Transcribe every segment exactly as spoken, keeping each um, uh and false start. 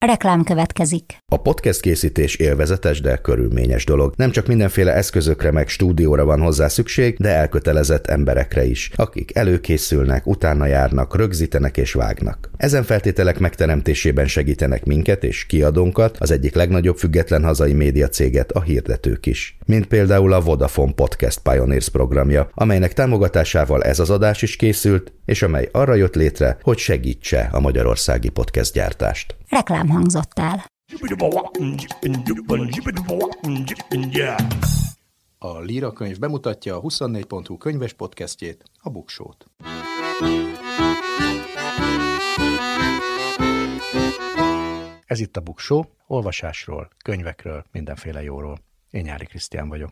Reklám következik. A podcast készítés élvezetes, de körülményes dolog. Nem csak mindenféle eszközökre meg stúdióra van hozzá szükség, de elkötelezett emberekre is, akik előkészülnek, utána járnak, rögzítenek és vágnak. Ezen feltételek megteremtésében segítenek minket és kiadónkat, az egyik legnagyobb független hazai médiacéget, a hirdetők is. Mint például a Vodafone Podcast Pioneers programja, amelynek támogatásával ez az adás is készült, és amely arra jött létre, hogy segítse a magyarországi podcast gyártást. Reklám hangzott el. A Líra könyv bemutatja a huszonnégy pont hu könyves podcastjét, a Buksót. Ez itt a Buksó, olvasásról, könyvekről, mindenféle jóról. Én Nyári Krisztián vagyok.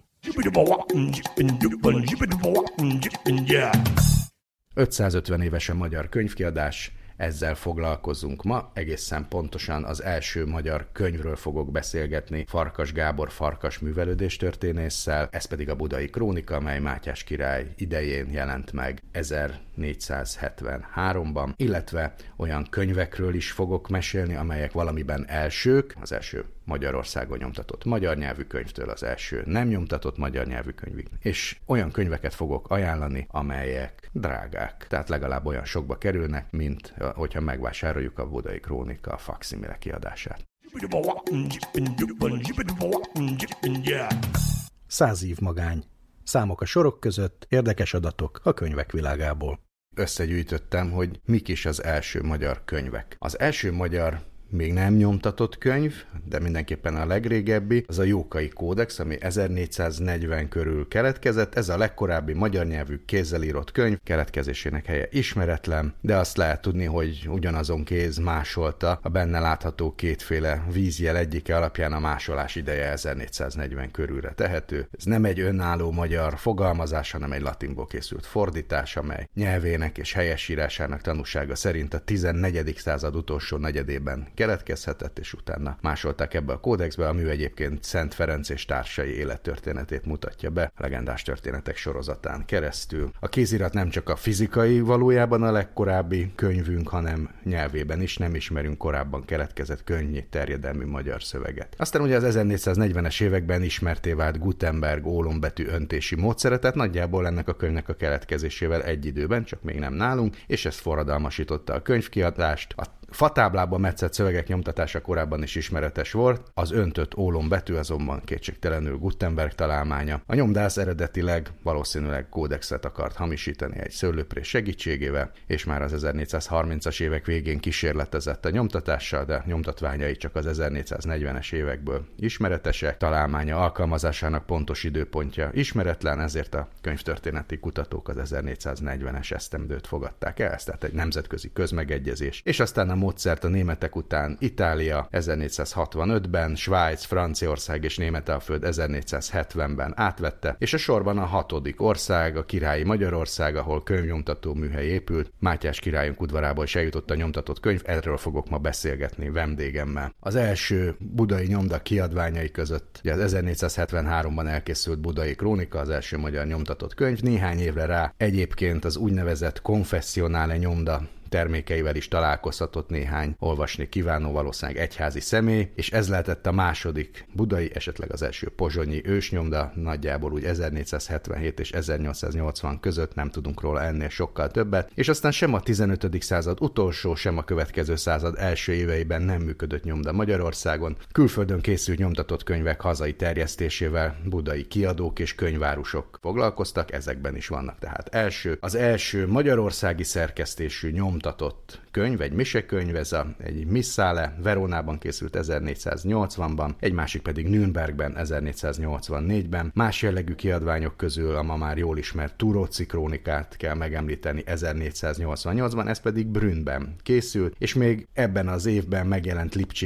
ötszázötven éves a magyar könyvkiadás, ezzel foglalkozunk ma, egészen pontosan az első magyar könyvről fogok beszélgetni Farkas Gábor Farkas művelődéstörténésszel, ez pedig a Budai Krónika, mely Mátyás király idején jelent meg ezernégyszázhetvenháromban, illetve olyan könyvekről is fogok mesélni, amelyek valamiben elsők, az első Magyarországon nyomtatott magyar nyelvű könyvtől az első nem nyomtatott magyar nyelvű könyvig. És olyan könyveket fogok ajánlani, amelyek drágák, tehát legalább olyan sokba kerülnek, mint hogyha megvásároljuk a Budai Krónika a fakszimile kiadását. Száz év magány. Számok a sorok között, érdekes adatok a könyvek világából. Összegyűjtöttem, hogy mik is az első magyar könyvek. Az első magyar még nem nyomtatott könyv, de mindenképpen a legrégebbi, az a Jókai Kódex, ami ezernégyszáznegyven körül keletkezett. Ez a legkorábbi magyar nyelvű kézzel írott könyv, keletkezésének helye ismeretlen, de azt lehet tudni, hogy ugyanazon kéz másolta a benne látható kétféle vízjel egyike alapján a másolás ideje ezernégyszáznegyven körülre tehető. Ez nem egy önálló magyar fogalmazás, hanem egy latinból készült fordítás, amely nyelvének és helyesírásának tanúsága szerint a tizennegyedik század utolsó negyedében keletkezhetett, és utána másolták ebbe a kódexbe, ami egyébként Szent Ferenc és társai élettörténetét mutatja be, legendás történetek sorozatán keresztül. A kézirat nem csak a fizikai valójában a legkorábbi könyvünk, hanem nyelvében is nem ismerünk korábban keletkezett könnyű terjedelmű magyar szöveget. Aztán ugye az ezernégyszáznegyvenes években ismerté vált Gutenberg ólombetű öntési módszere, tehát nagyjából ennek a könyvnek a keletkezésével egy időben, csak még nem nálunk, és ez forradalmasította a könyvkiadást. A fatáblában metszett szövegek nyomtatása korábban is ismeretes volt, az öntött ólombetű azonban kétségtelenül Gutenberg találmánya. A nyomdász eredetileg valószínűleg kódexet akart hamisítani egy szőlőprés segítségével, és már az ezernégyszázharmincas évek végén kísérletezett a nyomtatással, de nyomtatványai csak az ezernégyszáznegyvenes évekből ismeretesek. Találmánya alkalmazásának pontos időpontja ismeretlen, ezért a könyvtörténeti kutatók az ezernégyszáznegyvenes esztendőt fogadták el, ez tehát egy nemzetközi közmegegyezés, és aztán a módszert a németek után Itália ezernégyszázhatvanötben, Svájc, Franciaország és Németalföld ezernégyszázhetvenben átvette, és a sorban a hatodik ország, a Királyi Magyarország, ahol könyvnyomtató műhely épült. Mátyás királyunk udvarából is eljutott a nyomtatott könyv, erről fogok ma beszélgetni vendégemmel. Az első budai nyomda kiadványai között ugye az ezernégyszázhetvenháromban elkészült Budai Krónika, az első magyar nyomtatott könyv, néhány évre rá egyébként az úgynevezett konfessionále nyomda termékeivel is találkozhatott néhány olvasni kívánó, valószínűleg egyházi személy, és ez lehetett a második budai, esetleg az első pozsonyi ősnyomda, nagyjából úgy ezernégyszázhetvenhét és ezernyolcszáznyolcvan között, nem tudunk róla ennél sokkal többet, és aztán sem a tizenötödik század utolsó, sem a következő század első éveiben nem működött nyomda Magyarországon. Külföldön készült nyomtatott könyvek hazai terjesztésével budai kiadók és könyvárusok foglalkoztak, ezekben is vannak tehát első. Az első magyarországi szerkesztésű nyomtatott könyv, egy misekönyv, ez a, egy Missale, Verónában készült ezernégyszáznyolcvanban, egy másik pedig Nürnbergben ezernégyszáznyolcvannégyben. Más jellegű kiadványok közül a ma már jól ismert Túróczi krónikát kell megemlíteni ezernégyszáznyolcvannyolcban, ez pedig Brünnben készült, és még ebben az évben megjelent Lipcsében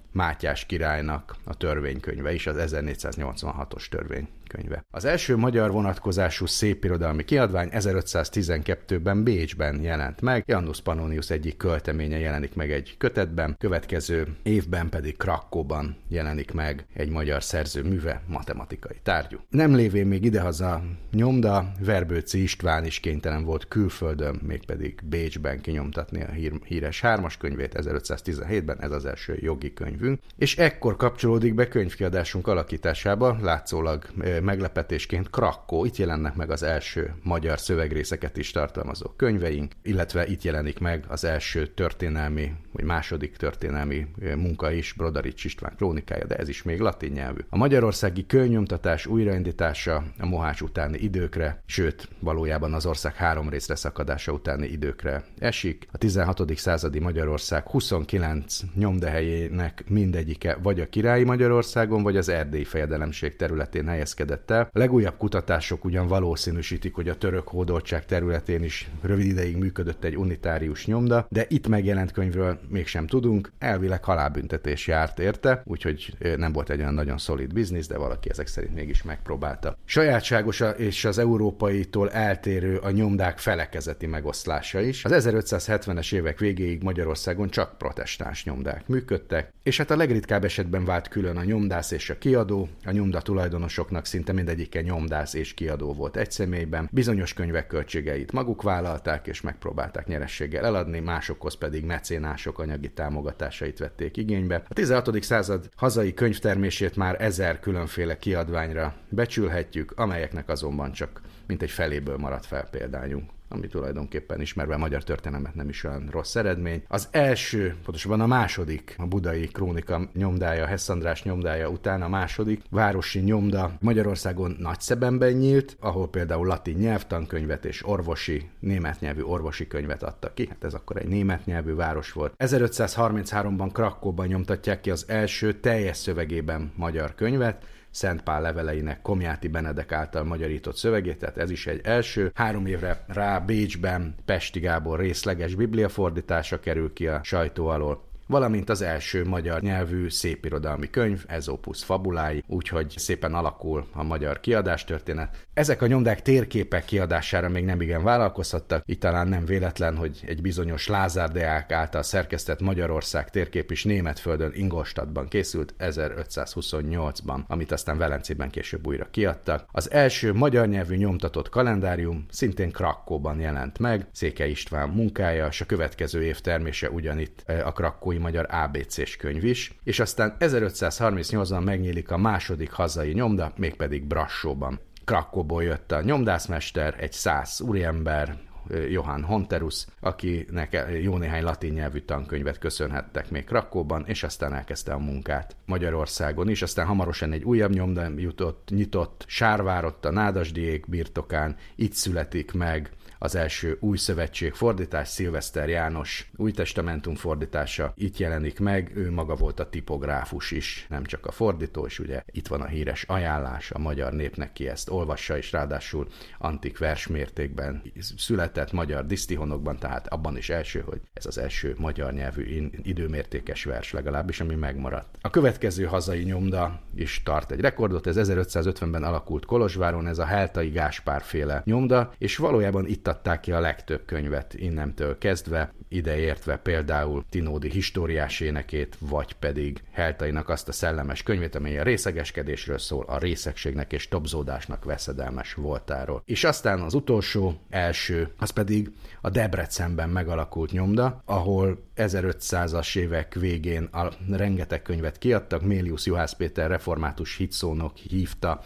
Mátyás királynak a törvénykönyve is, az ezernégyszáznyolcvanhatos törvénykönyve. Az első magyar vonatkozású szépirodalmi kiadvány ezerötszáztizenkettőben Bécsben jelent meg, Janus Pannonius egyik költeménye jelenik meg egy kötetben, következő évben pedig Krakkóban jelenik meg egy magyar szerző műve, matematikai tárgyú. Nem lévén még idehaza nyomda, Verbőci István is kénytelen volt külföldön, mégpedig Bécsben kinyomtatni a hír, híres hármas könyvét ezerötszáztizenhétben, ez az első jogi könyvünk, és ekkor kapcsolódik be könyvkiadásunk alakításába, látszólag e, meglepetésként Krakkó, itt jelennek meg az első magyar szövegrészeket is tartalmazó könyveink, illetve itt jelenik meg az első történelmi, vagy második történelmi munka is, Brodarics István krónikája, de ez is még latin nyelvű. A magyarországi könyvnyomtatás újraindítása a Mohács utáni időkre, sőt, valójában az ország három részre szakadása utáni időkre esik. A tizenhatodik századi Magyarország huszonkilenc nyomdahelyének mindegyike vagy a királyi Magyarországon, vagy az erdélyi fejedelemség területén helyezkedett el. A legújabb kutatások ugyan valószínűsítik, hogy a török hódoltság területén is rövid ideig működött egy unitárius nyomda, de itt megjelent könyvről mégsem tudunk. Elvileg halálbüntetés járt érte, úgyhogy nem volt egy olyan nagyon szolid biznisz, de valaki ezek szerint mégis megpróbálta. Sajátságos és az európaitól eltérő a nyomdák felekezeti megoszlása is. Az ezerötszázhetvenes évek végéig Magyarországon csak protestáns nyomdák működtek, és hát a legritkább esetben vált külön a nyomdász és a kiadó, a nyomda tulajdonosoknak szinte mindegyike nyomdász és kiadó volt egy személyben, bizonyos könyvek költségeit maguk vállalták és megpróbálták nyerességgel eladni, másokhoz pedig mecénások anyagi támogatásait vették igénybe. A tizenhatodik század hazai könyvtermését már ezer különféle kiadványra becsülhetjük, amelyeknek azonban csak mintegy feléből maradt fel példányunk, ami tulajdonképpen ismerve a magyar történelmet nem is olyan rossz eredmény. Az első, pontosabban a második, a budai krónika nyomdája, Hess András nyomdája után a második városi nyomda Magyarországon Nagyszebenben nyílt, ahol például latin nyelvtankönyvet és orvosi, német nyelvű orvosi könyvet adtak ki. Hát ez akkor egy német nyelvű város volt. ezerötszázharmincháromban Krakkóban nyomtatják ki az első teljes szövegében magyar könyvet, Szent Pál leveleinek Komjáti Benedek által magyarított szövegét, tehát ez is egy első. Három évre rá Bécsben Pesti Gábor részleges bibliafordítása kerül ki a sajtó alól, valamint az első magyar nyelvű szépirodalmi könyv, Ezopusz fabulái, úgyhogy szépen alakul a magyar kiadástörténet. Ezek a nyomdák térképek kiadására még nem igen vállalkozhattak, így talán nem véletlen, hogy egy bizonyos Lázár Deák által szerkesztett Magyarország térkép is Németföldön, Ingolstadtban készült ezerötszázhuszonnyolcban, amit aztán Velencében később újra kiadtak. Az első magyar nyelvű nyomtatott kalendárium szintén Krakkóban jelent meg, Székely István munkája, és a következő év termése ugyanitt a krakkói magyar á bé cés könyv is, és aztán ezerötszázharmincnyolcban megnyílik a második hazai nyomda, mégpedig Brassóban. Krakkóból jött a nyomdászmester, egy szász úriember, Johann Honterus, akinek jó néhány latin nyelvű tankönyvet köszönhettek még Krakkóban, és aztán elkezdte a munkát Magyarországon is, aztán hamarosan egy újabb nyomda jutott, nyitott Sárvárott a Nádasdyék birtokán, itt születik meg az első új szövetség fordítás, Szilveszter János új testamentum fordítása itt jelenik meg, ő maga volt a tipográfus is, nem csak a fordító, és ugye itt van a híres ajánlás, a magyar népnek ki ezt olvassa, és ráadásul antik versmértékben született magyar disztihonokban, tehát abban is első, hogy ez az első magyar nyelvű időmértékes vers legalábbis, ami megmaradt. A következő hazai nyomda is tart egy rekordot, ez ezerötszázötvenben alakult Kolozsváron, ez a Heltai Gáspár féle nyomda, és valójában itt adták ki a legtöbb könyvet innentől kezdve, ideértve például Tinódi históriás énekét, vagy pedig Heltainak azt a szellemes könyvét, amely a részegeskedésről szól, a részegségnek és tobzódásnak veszedelmes voltáról. És aztán az utolsó, első, az pedig a Debrecenben megalakult nyomda, ahol ezerötszázas évek végén a rengeteg könyvet kiadtak, Mélius Juhász Péter református hitszónok hívta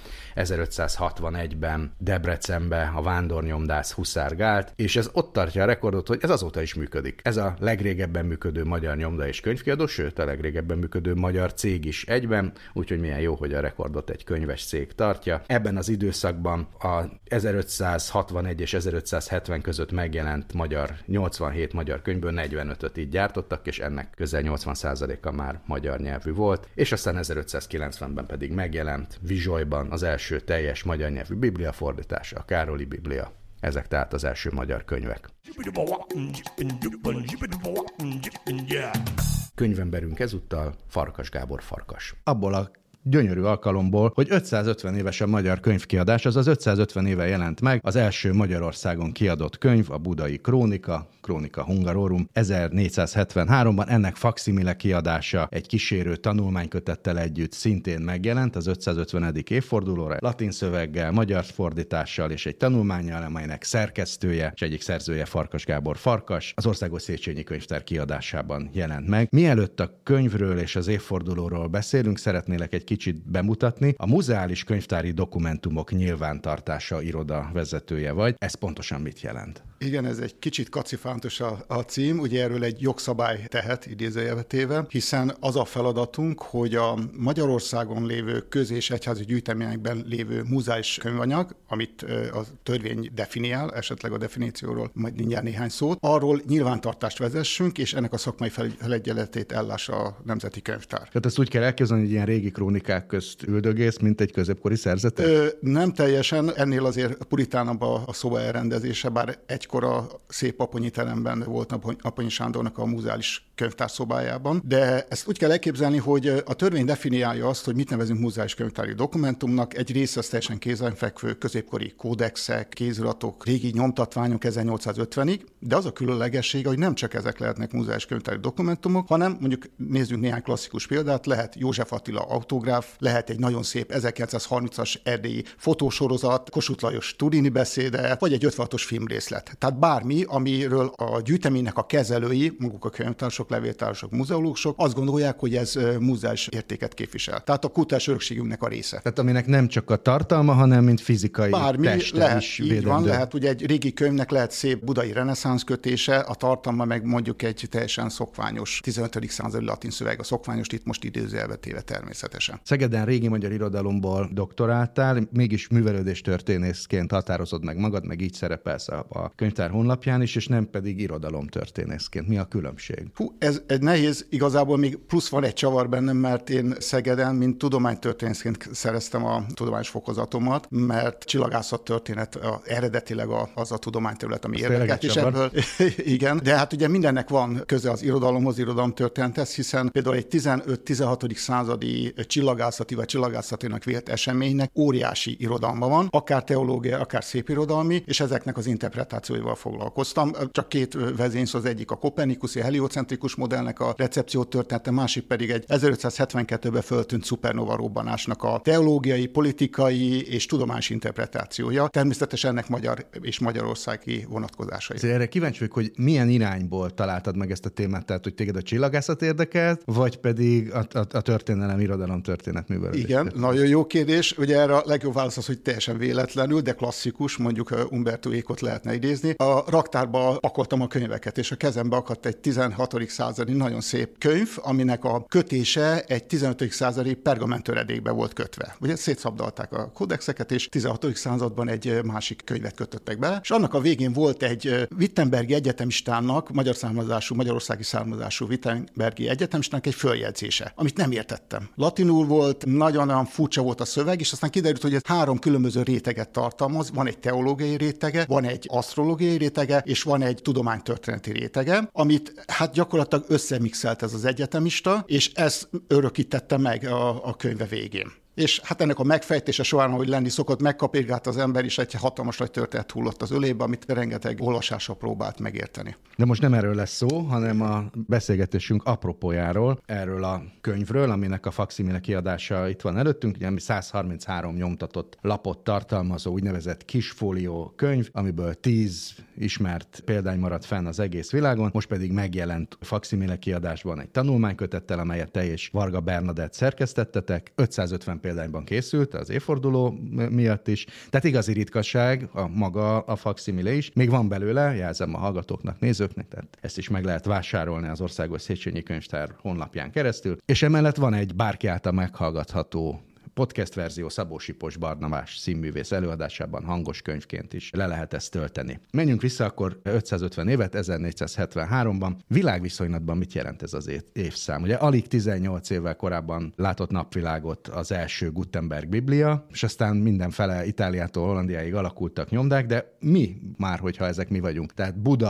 ezerötszázhatvanegyben Debrecenbe a vándornyomdász Huszár Gált, és ez ott tartja a rekordot, hogy ez azóta is működik. Ez a legrégebben működő magyar nyomda és könyvkiadó, sőt a legrégebben működő magyar cég is egyben, úgyhogy milyen jó, hogy a rekordot egy könyves cég tartja. Ebben az időszakban a ezerötszázhatvanegy és ezerötszázhetven között megjelent magyar nyolcvanhét magyar könyvből negyvenötöt így gyártottak, és ennek közel nyolcvan százaléka már magyar nyelvű volt, és aztán ezerötszázkilencvenben pedig megjelent Vizsolyban az első teljes magyar nyelvű bibliafordítása, a Károli Biblia. Ezek tehát az első magyar könyvek. Könyvemberünk ezúttal Farkas Gábor Farkas. Abból a gyönyörű alkalomból, hogy ötszázötven éves a magyar könyvkiadás, azaz ötszázötven éve jelent meg az első Magyarországon kiadott könyv, a Budai Krónika, Chronica Hungarorum ezernégyszázhetvenháromban. Ennek fakszimile kiadása egy kísérő tanulmánykötettel együtt szintén megjelent az ötszázötvenedik évfordulóra, latin szöveggel, magyar fordítással és egy tanulmánnyal, amelynek szerkesztője és egyik szerzője Farkas Gábor Farkas az Országos Széchenyi Könyvtár kiadásában jelent meg. Mielőtt a könyvről és az évfordulóról beszélünk, szeretnélek egy kicsit bemutatni. A Muzeális Könyvtári Dokumentumok Nyilvántartása iroda vezetője vagy. Ez pontosan mit jelent? Igen, ez egy kicsit kacifántos a, a cím, ugye erről egy jogszabály tehet, idézőjelbe téve, hiszen az a feladatunk, hogy a Magyarországon lévő köz- és egyházi gyűjteményekben lévő muzeális könyvanyag, amit a törvény definiál, esetleg a definícióról majd mindjárt néhány szót, arról nyilvántartást vezessünk, és ennek a szakmai felügyeletét ellássa a Nemzeti Könyvtár. Tehát ezt úgy kell elképzelni, hogy ilyen régi krónikák közt üldögész, mint egy középkori szerzetes? Ö, nem teljesen, ennél azért puritánabb a, a szoba elrendezése, bár egy akkor a szép Aponyi teremben volt Aponyi Sándornak a muzeális könyvtár szobájában, de ezt úgy kell elképzelni, hogy a törvény definiálja azt, hogy mit nevezünk muzeális könyvtári dokumentumnak. Egy része az teljesen kézenfekvő középkori kódexek, kéziratok, régi nyomtatványok ezernyolcszázötvenig, de az a különlegessége, hogy nem csak ezek lehetnek muzeális könyvtári dokumentumok, hanem mondjuk nézzünk néhány klasszikus példát, lehet József Attila autográf, lehet egy nagyon szép ezerkilencszázharmincas erdélyi fotósorozat, Kossuth Lajos turini beszéde, vagy egy ötvenhatos filmrészlet. Tehát bármi, amiről a gyűjteménynek a kezelői, maguk a könyvtársok, levéltárosok, muzeológusok azt gondolják, hogy ez muzeális értéket képvisel. Tehát a kulturális örökségünknek a része. Tehát aminek nem csak a tartalma, hanem mint fizikai bármi teste lehet, is így védendő. van, lehet, ugye egy régi könyvnek lehet szép budai reneszánsz kötése, a tartalma meg mondjuk egy teljesen szokványos tizenötödik századi latin szöveg, a szokványos itt most idézőjelbe téve természetesen. Szegeden régi magyar irodalomból doktoráltál, mégis művelődéstörténészként határozod meg magad, meg így szerepelsz a, a könyvtár honlapján is, és nem pedig irodalomtörténészként. Mi a különbség? Hú, ez egy nehéz, igazából még plusz van egy csavar bennem, mert én Szegeden, mint tudománytörténészként szereztem a tudományos fokozatomat, mert csillagászattörténet a, eredetileg a, az a tudományterület, ami érdekelt, és ebből igen, de hát ugye mindennek van köze az irodalomhoz, irodalomtörténethez, hiszen például egy tizenöt-tizenhatodik századi csillagászati vagy csillagászatinak vélt eseménynek óriási irodalma van, akár teológia, akár szépirodalmi, és ezeknek az interpretációival foglalkoztam. Csak két vezényszó, az egyik a kopernikuszi heliocentrikus modellnek a recepció története, másik pedig egy ezerötszázhetvenkettőben föltűnt szupernova robbanásnak a teológiai, politikai és tudományos interpretációja. Természetesen ennek magyar és magyarországi vonatkozásai. Erre kíváncsi vagyok, hogy milyen irányból találtad meg ezt a témát, tehát hogy téged a csillagászat érdekelt, vagy pedig a, a, a történelem, irodalom, történet művelődés? Igen, nagyon jó kérdés. Ugye erre a legjobb válasz az, hogy teljesen véletlenül, de klasszikus, mondjuk Umberto Ecot lehetne idézni. A raktárba pakoltam a könyveket, és a kezembe akadt egy tizenhatodik századi nagyon szép könyv, aminek a kötése egy tizenötödik századi pergamenttöredékbe volt kötve. Ugye szétszabdalták a kódexeket, és tizenhatodik században egy másik könyvet kötöttek bele, és annak a végén volt egy wittenbergi egyetemistának, magyar származású, magyarországi származású wittenbergi egyetemistának egy följegyzése, amit nem értettem. Latinul volt, nagyon furcsa volt a szöveg, és aztán kiderült, hogy ez három különböző réteget tartalmaz. Van egy teológiai rétege, van egy asztrológiai rétege, és van egy tudománytörténeti rétege, amit hát gyakorlatilag összemixelt ez az egyetemista, és ezt örökítette meg a, a könyve végén. És hát ennek a megfejtése során, ahogy lenni szokott, megkapirgált az ember, és egy hatalmas nagy történet hullott az ölébe, amit rengeteg olvasással próbált megérteni. De most nem erről lesz szó, hanem a beszélgetésünk apropójáról, erről a könyvről, aminek a fakszimile kiadása itt van előttünk, ugye, ami száz harminchárom nyomtatott lapot tartalmazó úgynevezett kisfólió könyv, amiből tíz ismert példány maradt fenn az egész világon, most pedig megjelent fakszimile kiadásban egy tanulmánykötettel, amelyet te és Varga Bernadett szerkesztettetek, ötszázötven példányban készült az évforduló miatt is, tehát igazi ritkasság a maga a fakszimile is. Még van belőle, jelzem a hallgatóknak, nézőknek, tehát ezt is meg lehet vásárolni az Országos Széchenyi Könyvtár honlapján keresztül, és emellett van egy bárki által meghallgatható podcast verzió Szabó Sipos Barnabás színművész előadásában hangos könyvként is le lehet ezt tölteni. Menjünk vissza akkor ötszázötven évet, ezernégyszázhetvenháromban. Világviszonylatban mit jelent ez az évszám? Ugye alig tizennyolc évvel korábban látott napvilágot az első Gutenberg Biblia, és aztán mindenfele Itáliától Hollandiáig alakultak nyomdák, de mi már, hogyha ezek mi vagyunk? Tehát Buda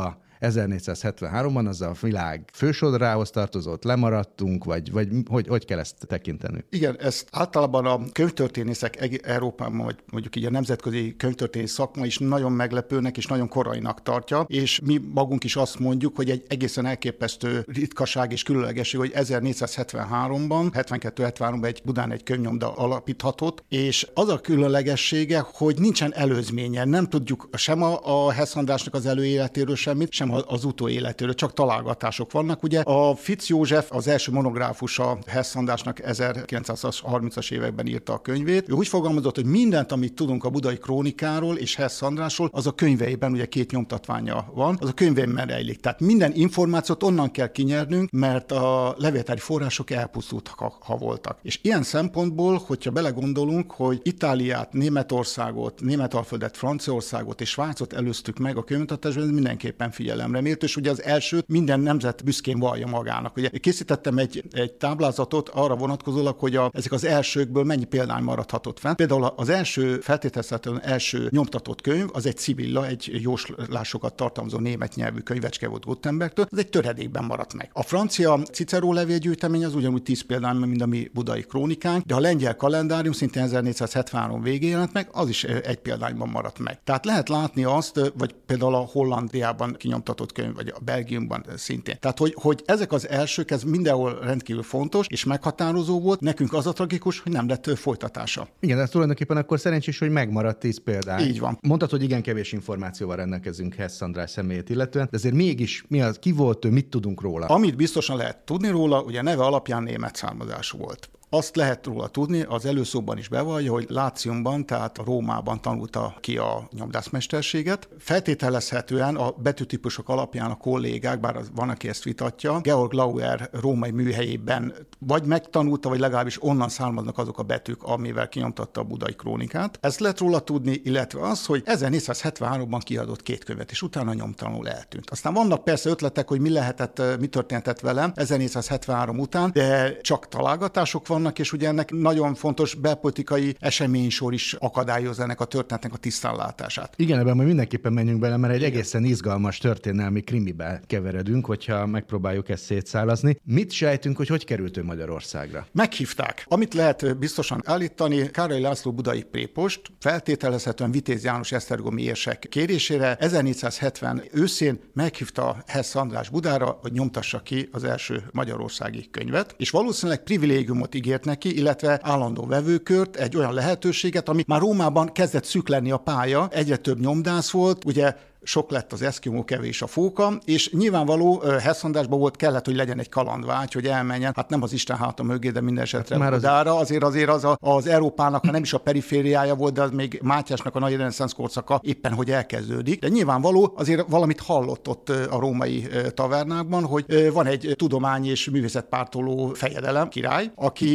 ezernégyszázhetvenháromban az a világ fősodrához tartozott, lemaradtunk, vagy, vagy hogy, hogy kell ezt tekinteni? Igen, ezt általában a könyvtörténészek Európában, vagy mondjuk így a nemzetközi könyvtörténész szakma is nagyon meglepőnek és nagyon korainak tartja, és mi magunk is azt mondjuk, hogy egy egészen elképesztő ritkaság és különlegesség, hogy ezernégyszázhetvenháromban, hetvenkettő hetvenháromban egy Budán egy könyvnyomda alapíthatott, és az a különlegessége, hogy nincsen előzménye, nem tudjuk sem a, a Hess Andrásnak az előéletéről semmit, sem az utóéletéről, csak találgatások vannak. Ugye a Fitz József, az első monográfusa Hess Andrásnak ezerkilencszázharmincas években írta a könyvét. Ő úgy fogalmazott, hogy mindent, amit tudunk a budai krónikáról és Hess Andrásról, az a könyveiben, ugye két nyomtatványa van, az a könyveiben rejlik. Tehát minden információt onnan kell kinyernünk, mert a levéltári források elpusztultak, ha, ha voltak. És ilyen szempontból, hogyha belegondolunk, hogy Itáliát, Németországot, Németalföldet, Franciaországot és Svájcot előztük meg a könyvmutatásban, ez mindenképpen figyelemre méltó, és ugye az elsőt minden nemzet büszkén vallja magának. Ugye készítettem egy, egy táblázatot arra vonatkozólag, hogy a, ezek az elsőkből mennyi példány maradhatott fenn. Például az első, feltételezhetően első nyomtatott könyv, az egy Szibilla, egy jóslásokat tartalmazó német nyelvű könyvecske volt Gutenbergtől, az egy töredékben maradt meg. A francia Cicero levélgyűjtemény az ugyanúgy tíz példány, mint a mi budai krónikánk, de a lengyel kalendárium szintén ezernégyszázhetvenhárom végén jelent meg, az is egy példányban maradt meg. Tehát lehet látni azt, vagy például a Hollandiában kinyomtatott könyv, vagy a Belgiumban szintén. Tehát, hogy, hogy ezek az elsők, ez mindenhol rendkívül fontos és meghatározó volt, nekünk az a tragikus, hogy nem lett folytatása. Igen, de tulajdonképpen akkor szerencsés, hogy megmaradt tíz példány. Így van. Mondtad, hogy igen kevés információval rendelkezünk Hess András személyét illetően, de azért mégis mi az, ki volt ő, mit tudunk róla? Amit biztosan lehet tudni róla, ugye neve alapján német származású volt. Azt lehet róla tudni, az előszóban is bevallja, hogy Láciumban, tehát Rómában tanulta ki a nyomdászmesterséget. Feltételezhetően a betűtípusok alapján a kollégák, bár van, aki ezt vitatja, Georg Lauer római műhelyében vagy megtanulta, vagy legalábbis onnan származnak azok a betűk, amivel kinyomtatta a budai krónikát. Ezt lehet róla tudni, illetve az, hogy ezernégyszázhetvenháromban kiadott két könyvet, és utána nyomtalanul eltűnt. Aztán vannak persze ötletek, hogy mi lehetett, mi történhetett velem ezernégyszázhetvenhárom után, de csak találgatások vannak, és ugye ennek nagyon fontos belpolitikai eseménysor is akadályozza ennek a történetnek a tisztánlátását. Igen, ebben majd mindenképpen menjünk bele, mert egy Igen. egészen izgalmas történelmi krimibe keveredünk, hogyha megpróbáljuk ezt szétszálazni. Mit sejtünk, hogy hogy került ő Magyarországra? Meghívták. Amit lehet biztosan állítani, Károly László budai prépost, feltételezhetően Vitéz János esztergomi érsek kérésére ezernégyszázhetven őszén meghívta Hess András Budára, hogy nyomtassa ki az első magyarországi könyvet, és valószínűleg privilégiumot ígért neki, illetve állandó vevőkört, egy olyan lehetőséget, ami már Rómában kezdett szűk lenni a pálya, egyre több nyomdász volt, ugye sok lett az eszkimó, kevés a fóka, és nyilvánvaló Hess Andrásban volt, kellett, hogy legyen egy kalandvágy, hogy elmenjen, hát nem az Isten háta mögé, de minden esetre hát Budára, azért azért az a, az Európának, ha nem is a perifériája volt, de az még Mátyásnak a nagy reneszánsz korszaka éppen, hogy elkezdődik. De nyilvánvaló, azért valamit hallott ott a római tavernákban, hogy van egy tudomány és művészetpártoló fejedelem, király,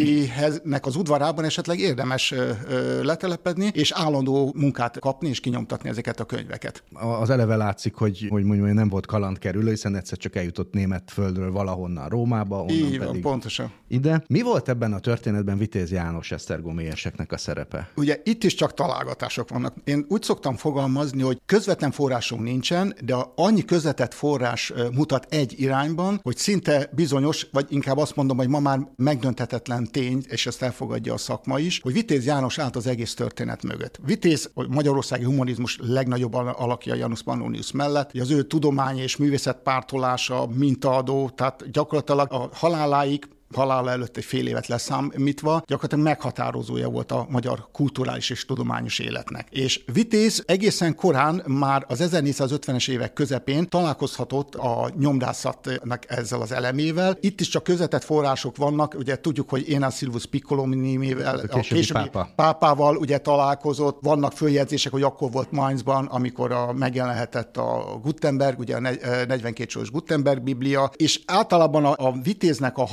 akinek az udvarában esetleg érdemes letelepedni, és állandó munkát kapni és kinyomtatni ezeket a könyveket. Az eleve látszik, hogy, hogy mondjuk nem volt kalandkerülő, hiszen egyszer csak eljutott német földről valahonnan Rómába, onnan Így van, pedig pontosan. ide. Mi volt ebben a történetben Vitéz János esztergomi érseknek a szerepe? Ugye itt is csak találgatások vannak. Én úgy szoktam fogalmazni, hogy közvetlen forrásunk nincsen, de annyi közvetett forrás mutat egy irányban, hogy szinte bizonyos, vagy inkább azt mondom, hogy ma már megdönthetetlen tény, és ezt elfogadja a szakma is, hogy Vitéz János állt az egész történet mögött. Vitéz, a magyarországi humanizmus legnagyobb alakja Janus Pannonius mellett, hogy az ő tudomány és művészet pártolása, mintaadó, tehát gyakorlatilag a haláláig halála előtt egy fél évet leszámítva, gyakorlatilag meghatározója volt a magyar kulturális és tudományos életnek. És Vitéz egészen korán, már az ezernégyszázötvenes évek közepén találkozhatott a nyomdászatnak ezzel az elemével. Itt is csak közvetett források vannak, ugye tudjuk, hogy Énás Silvus Piccolominivel, a későbbi pápa. pápával ugye találkozott, vannak följegyzések, hogy akkor volt Mainzban, amikor a, megjelenhetett a Gutenberg, ugye a negyvenkét soros Gutenberg Biblia, és általában a, a Vitéznek a habitus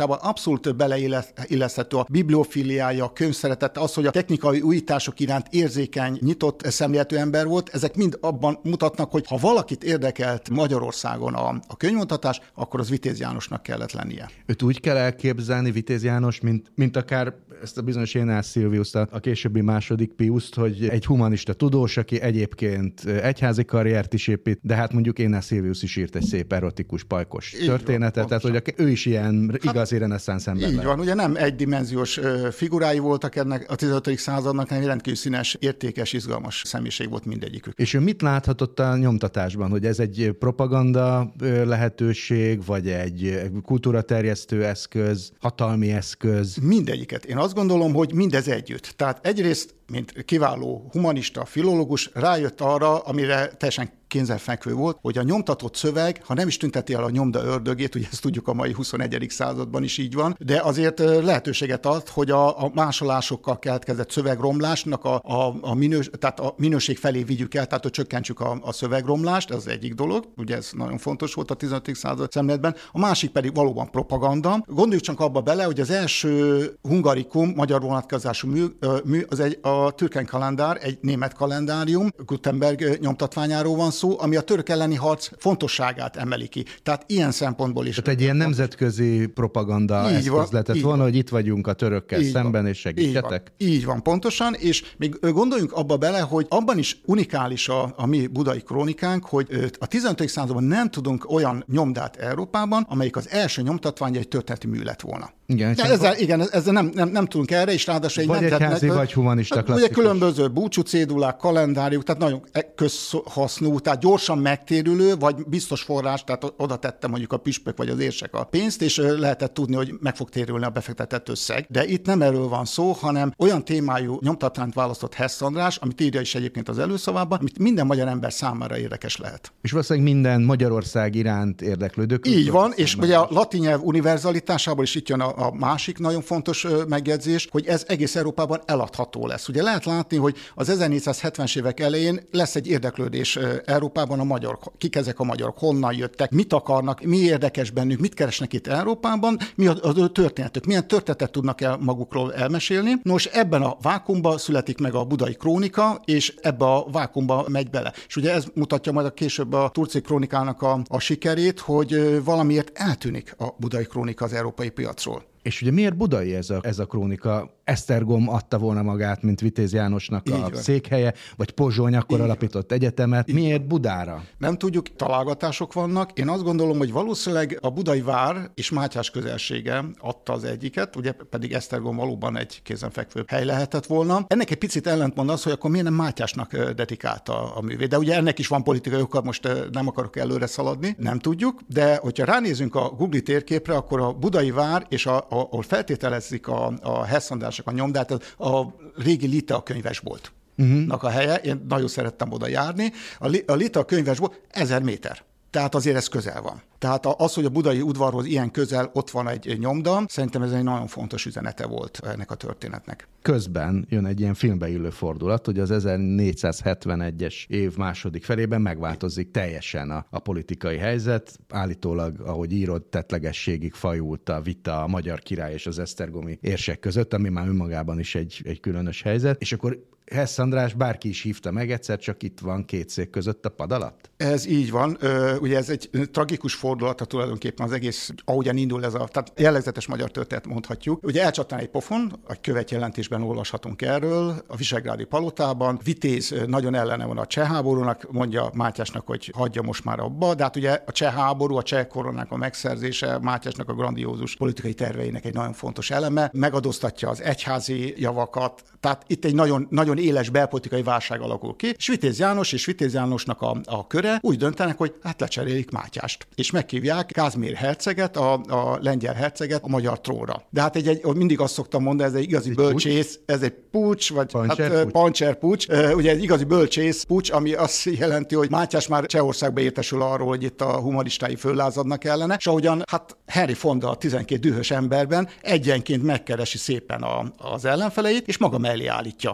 gondolkodásában abszolút beleilleszthető a bibliofiliája, a könyvszeretete, az, hogy a technikai újítások iránt érzékeny, nyitott szemléletű ember volt, ezek mind abban mutatnak, hogy ha valakit érdekelt Magyarországon a, a könyvmontatás, akkor az Vitéz Jánosnak kellett lennie. Őt úgy kell elképzelni, Vitéz János, mint, mint akár ezt a bizonyos Jénás Szilviuszt, a későbbi második Piuszt, hogy egy humanista tudós, aki egyébként egyházi karriert is épít, de hát mondjuk Jénás Szilvius is írt egy szép erotikus, pajkos így történetet, van, tehát hogy ő is ilyen igazi hát, reneszánsz ember. Így lehet. van, ugye nem egydimenziós figurái voltak ennek a tizenötödik századnak, hanem rendkívül színes, értékes, izgalmas személyiség volt mindegyikük. És ő mit láthatott a nyomtatásban, hogy ez egy propaganda lehetőség, vagy egy kultúraterjesztő eszköz, hatalmi eszköz? Mindegyiket. Én azt gondolom, hogy mindez együtt. Tehát egyrészt, mint kiváló humanista, filológus rájött arra, amire teljesen kézenfekvő volt, hogy a nyomtatott szöveg, ha nem is tünteti el a nyomda ördögét, ugye ezt tudjuk a mai huszonegyedik században is így van, de azért lehetőséget ad, hogy a, a másolásokkal keletkezett szövegromlásnak a, a, a, minős, tehát a minőség felé vigyük el, tehát hogy csökkentsük a, a szövegromlást, ez az egyik dolog, ugye ez nagyon fontos volt a tizenötödik század szemléletben. A másik pedig valóban propaganda. Gondoljuk csak abba bele, hogy az első hungarikum, magyar vonatkozású mű, mű az egy a Türken kalendár, egy német kalendárium, Gutenberg nyomtatványáról van szó, ami a török elleni harc fontosságát emeli ki. Tehát ilyen szempontból is. Tehát egy ilyen nemzetközi propaganda így eszköz van, lehetett volna, van. Hogy itt vagyunk a törökkel így szemben, van. És segítsetek. Így van. így van, pontosan, és még gondoljunk abba bele, hogy abban is unikális a, a mi budai krónikánk, hogy a tizenötödik században nem tudunk olyan nyomdát Európában, amelyik az első nyomtatvány egy történeti mű lett volna. Igen, ezzel, igen, ezzel nem, nem, nem tudunk erre, és ráadásul egy vagy egyházi, vagy humanista klasszikus. Ugye különböző búcsú cédulák, kalendáriuk, tehát nagyon közhasznú, tehát gyorsan megtérülő, vagy biztos forrás, tehát oda tettem mondjuk a püspök vagy az érsek a pénzt, és lehetett tudni, hogy meg fog térülni a befektetett összeg. De itt nem erről van szó, hanem olyan témájú nyomtatványt választott Hess András, amit írja is egyébként az előszavában, amit minden magyar ember számára érdekes lehet. És valószínűleg minden Magyarország iránt érdeklődő. Így van, és ugye a latin nyelv univerzalitásából is itt jön a, a másik nagyon fontos megjegyzés, hogy ez egész Európában eladható lesz. Ugye lehet látni, hogy az ezernégyszázhetvenes évek elején lesz egy érdeklődés Európában a magyarok. Kik ezek a magyarok, honnan jöttek, mit akarnak, mi érdekes bennük, mit keresnek itt Európában, mi az ő történetük, milyen történetet tudnak el magukról elmesélni. Nos, ebben a vákuumban születik meg a budai krónika, és ebbe a vákuumba megy bele. És ugye ez mutatja majd a később a turci krónikának a, a sikerét, hogy valamiért eltűnik a budai krónika az európai piacról. És ugye miért budai ez a, ez a krónika? Esztergom adta volna magát, mint Vitéz Jánosnak a székhelye, vagy Pozsony akkor így alapított van. Egyetemet. Így miért Budára? Nem tudjuk, találgatások vannak. Én azt gondolom, hogy valószínűleg a budai vár és Mátyás közelsége adta az egyiket, ugye pedig Esztergom valóban egy kézenfekvő hely lehetett volna. Ennek egy picit ellentmond az, hogy akkor miért nem Mátyásnak dedikálta a művét. De ugye ennek is van politikai oka, most nem akarok előre szaladni, nem tudjuk, de hogyha ránézünk a Google térképre, akkor a budai vár és a ahol feltételezik a, a Hess Andrásnak a nyomdát, a régi Lita könyvesboltnak uh-huh. a helye. Én nagyon szerettem oda járni. A, a Lita könyvesbolt ezer méter. Tehát azért ez közel van. Tehát az, hogy a budai udvarhoz ilyen közel ott van egy nyomda, szerintem ez egy nagyon fontos üzenete volt ennek a történetnek. Közben jön egy ilyen filmbe illő fordulat, hogy az ezernégyszázhetvenegyes év második felében megváltozik teljesen a, a politikai helyzet. Állítólag, ahogy írod, tettlegességig fajult a vita a magyar király és az esztergomi érsek között, ami már önmagában is egy, egy különös helyzet. És akkor Hess András bárki is hívta meg, egyszer csak itt van két szék között a pad alatt? Ez így van. Ugye ez egy tragikus fordulata tulajdonképpen az egész, ahogyan indul ez a, tehát jellegzetes magyar történet mondhatjuk. Ugye elcsattan egy pofon, a követjelentésben olvashatunk erről, a Visegrádi palotában. Vitéz nagyon ellene van a cseh háborúnak, mondja Mátyásnak, hogy hagyja most már abba, de hát ugye a cseh háború, a cseh koronának a megszerzése Mátyásnak a grandiózus politikai terveinek egy nagyon fontos eleme, megadóztatja az egyházi javakat, tehát itt egy nagyon, nagyon éles belpolitikai válság alakul ki, és Vitéz János és Vitéz Jánosnak a, a köre úgy döntenek, hogy hát lecserélik Mátyást, és meghívják Kázmér herceget, a, a lengyel herceget a magyar trónra. De hát egy, egy, mindig azt szoktam mondani, ez egy igazi ez bölcsész, pucs? ez egy pucs, vagy Pancser hát pucs. Pancser pucs, ugye egy igazi bölcsész pucs, ami azt jelenti, hogy Mátyás már Csehországba értesül arról, hogy itt a humanistái föllázadnak ellene, és ahogyan hát Henry Fonda a tizenkét dühös emberben egyenként megkeresi szépen a, az ellenfeleit, és maga mellé állítja. És ott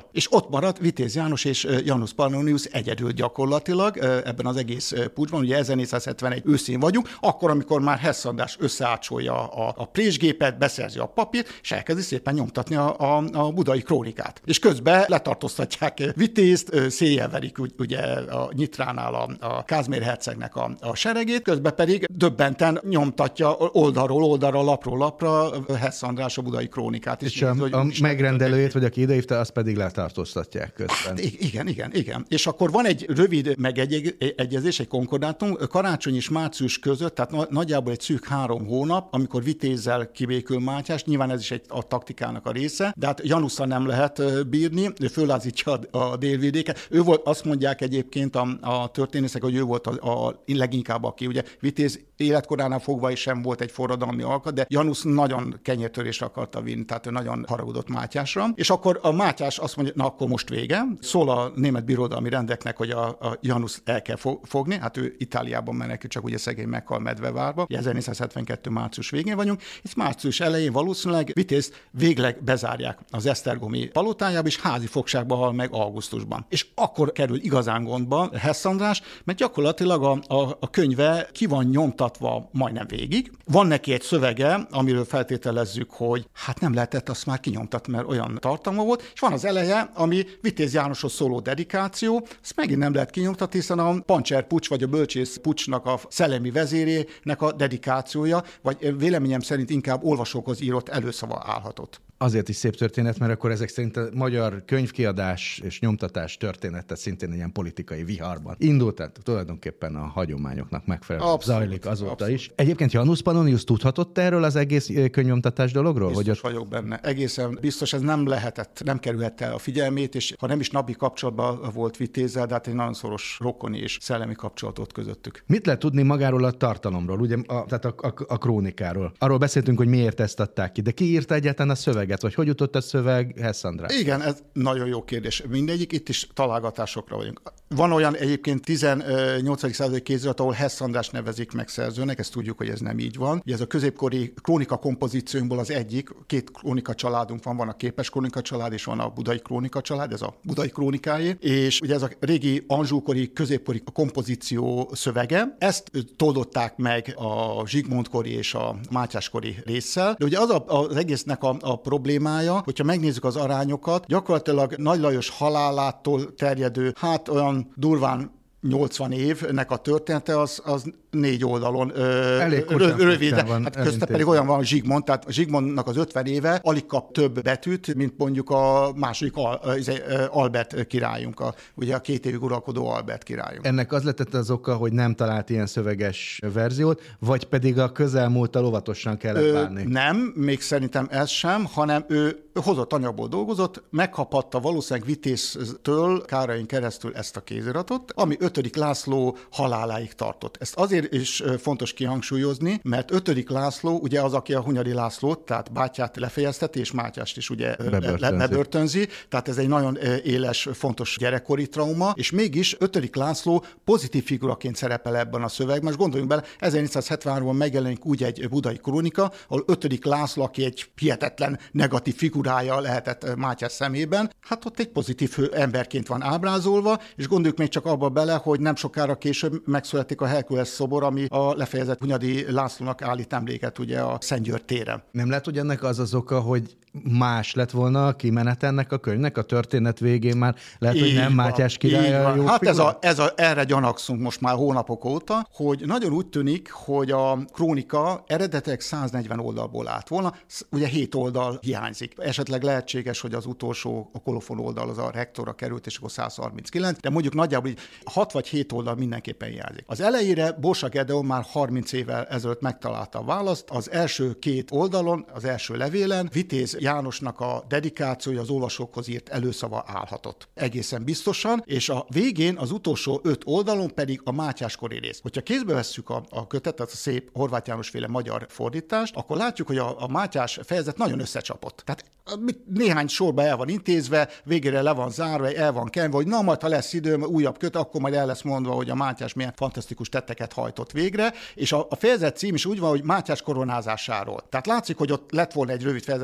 ott maradt Vitéz János és Janus Pannonius egyedül gyakorlatilag ebben az egész puccsban. Ugye ezernégyszázhetvenegy őszén vagyunk, akkor, amikor már Hess András összeácsolja a, a présgépet, beszerzi a papírt, és elkezdi szépen nyomtatni a, a, a budai krónikát. És közben letartóztatják Vitézt, széjjel verik ugye a Nyitránál a, a Kázmér hercegnek a, a seregét, közben pedig döbbenten nyomtatja oldalról oldalra, lapról lapra Hess András a budai krónikát. És, és a, a megrendelőjét, vagy aki idehívta, azt pedig letartóztatják közben. Hát, igen, igen, igen. És akkor van egy rövid megegyezés, egy konkordátum, karácsony és március között, tehát nagyjából egy szűk három hónap, amikor Vitézzel kibékül Mátyás, nyilván ez is egy a taktikának a része, de hát Janusszal nem lehet bírni, ő föllázítja a, a délvidéket. Ő volt, azt mondják egyébként a, a történészek, hogy ő volt a, a leginkább, aki ugye Vitéz életkoránál fogva is sem volt egy forradalmi alkat, de Janusz nagyon kenyértörésre akarta vinni, tehát ő nagyon haragudott Mátyásra. És akkor a Mátyás azt mondja, na akkor most vége. Szól a német birodalmi rendeknek, hogy a, a Janusz el kell fogni, hát ő Itáliában menekül, csak ugye szegény meghal Medvevárba. ezernégyszázhetvenkettő március végén vagyunk, és március elején valószínűleg Vitézt végleg bezárják az esztergomi palotájába, és házi fogságba hal meg augusztusban. És akkor kerül igazán gondba Hess András, mert gyakorlatilag a, a, a könyve ki van nyomtatva majdnem végig. Van neki egy szövege, amiről feltételezzük, hogy hát nem lehetett azt már kinyomtatni, mert olyan tartalma volt, és van az eleje, ami Vitéz Jánoshoz szóló dedikáció, ezt megint nem lehet kinyomtatni, hiszen a Pancser puccs vagy a Bölcsész puccsnak a szellemi vezérének a dedikációja, vagy véleményem szerint inkább olvasókhoz írott előszava állhatott. Azért is szép történet, mert akkor ezek szerint a magyar könyvkiadás és nyomtatás története szintén ilyen politikai viharban indult, tehát tulajdonképpen a hagyományoknak megfelelően abszolút, zajlik azóta abszolút. Is. Egyébként Janus Pannonius tudhatott erről az egész könyvnyomtatás dologról? Biztos hogy vagyok benne. Egészen biztos, ez nem lehetett, nem kerülhette el a figyelmét, és ha nem is napi kapcsolatban volt Vitézzel, de hát egy nagyon szoros rokoni és szellemi kapcsolatot közöttük. Mit lehet tudni magáról a tartalomról, ugye, a, tehát a, a, a krónikáról? Arról beszéltünk, hogy miért ezt adták ki, de ki írta egyáltalán a szöveget, vagy hogy jutott a szöveg Hess András? Igen, ez nagyon jó kérdés. Mindegyik, itt is találgatásokra vagyunk. Van olyan egyébként tizennyolcadik századi kézirat, ahol Hess András nevezik meg szerzőnek, ezt tudjuk, hogy ez nem így van. Ugye ez a középkori krónika kompozíciónkból az egyik, két krónika családunk van, van a képes krónika család, és van a budai krónika család, ez a budai krónikáé, és ugye ez a régi anzsúkori, középkori kompozíció szövege, ezt toldották meg a Zsigmondkori és a Mátyáskori résszel, de ugye az a, az egésznek a, a problémája, hogyha megnézzük az arányokat, gyakorlatilag Nagy Lajos halálától terjedő, hát olyan durván nyolcvan évnek a története, az, az négy oldalon ö, rövid. Hát közte pedig olyan van Zsigmond, tehát Zsigmondnak az ötven éve alig kap több betűt, mint mondjuk a második Al, Albert királyunk, a, ugye a két évig uralkodó Albert királyunk. Ennek az lett az oka, hogy nem talált ilyen szöveges verziót, vagy pedig a közelmúlttal óvatosan kellett bánni? Nem, még szerintem ez sem, hanem ő hozott anyagból dolgozott, megkaphatta valószínűleg Vitéztől, Károlyin keresztül ezt a kéziratot, ami ötödik László haláláig tartott. Ezt azért is fontos kihangsúlyozni, mert ötödik László ugye az, aki a Hunyadi Lászlót, tehát bátyját lefejezteti, és Mátyást is ugye bebörtönzi. bebörtönzi. Tehát ez egy nagyon éles, fontos gyerekkori trauma, és mégis ötödik László pozitív figuraként szerepel ebben a szövegben. Most gondoljunk bele, ezernégyszázhetvenháromban megjelenik úgy egy budai krónika, ahol ötödik László, aki egy hihetetlen negatív figurája lehetett Mátyás szemében, hát ott egy pozitív emberként van ábrázolva, és gondoljuk még csak abba bele, hogy nem sokára később megszületik a Herkules szobor, ami a lefejezett Hunyadi Lászlónak állít emléket ugye a Szentgyörgy téren. Nem lehet, hogy ennek az az oka, hogy más lett volna a kimenet ennek a könyvnek, a történet végén már lehet, így hogy nem van, Mátyás király a jó Hát ez a, ez a, erre gyanakszunk most már hónapok óta, hogy nagyon úgy tűnik, hogy a krónika eredetileg száznegyven oldalból állt volna, ugye hét oldal hiányzik. Esetleg lehetséges, hogy az utolsó, a kolofon oldal az a rektorra került, és akkor száz harminckilenc, de mondjuk nagyjából hat vagy hét oldal mindenképpen hiányzik. Az elejére Borsa Gedeon már harminc évvel ezelőtt megtalálta a választ. Az első két oldalon, az első levélen Vitéz Jánosnak a dedikációja az olvasókhoz írt előszava állhatott. Egészen biztosan, és a végén az utolsó öt oldalon pedig a Mátyáskori rész. Hogyha kézbe vesszük a, a kötetet, a szép Horváth János féle magyar fordítást, akkor látjuk, hogy a, a Mátyás fejezet nagyon összecsapott. Tehát néhány sorba el van intézve, végére le van zárva, el van kenve, hogy na majd, ha lesz időm, újabb köt, akkor majd el lesz mondva, hogy a Mátyás milyen fantasztikus tetteket hajtott végre, és a, a fejezet cím is úgy van, hogy Mátyás koronázásáról. Tehát látszik, hogy ott lett volna egy rövid fejezet, ahol elmondja,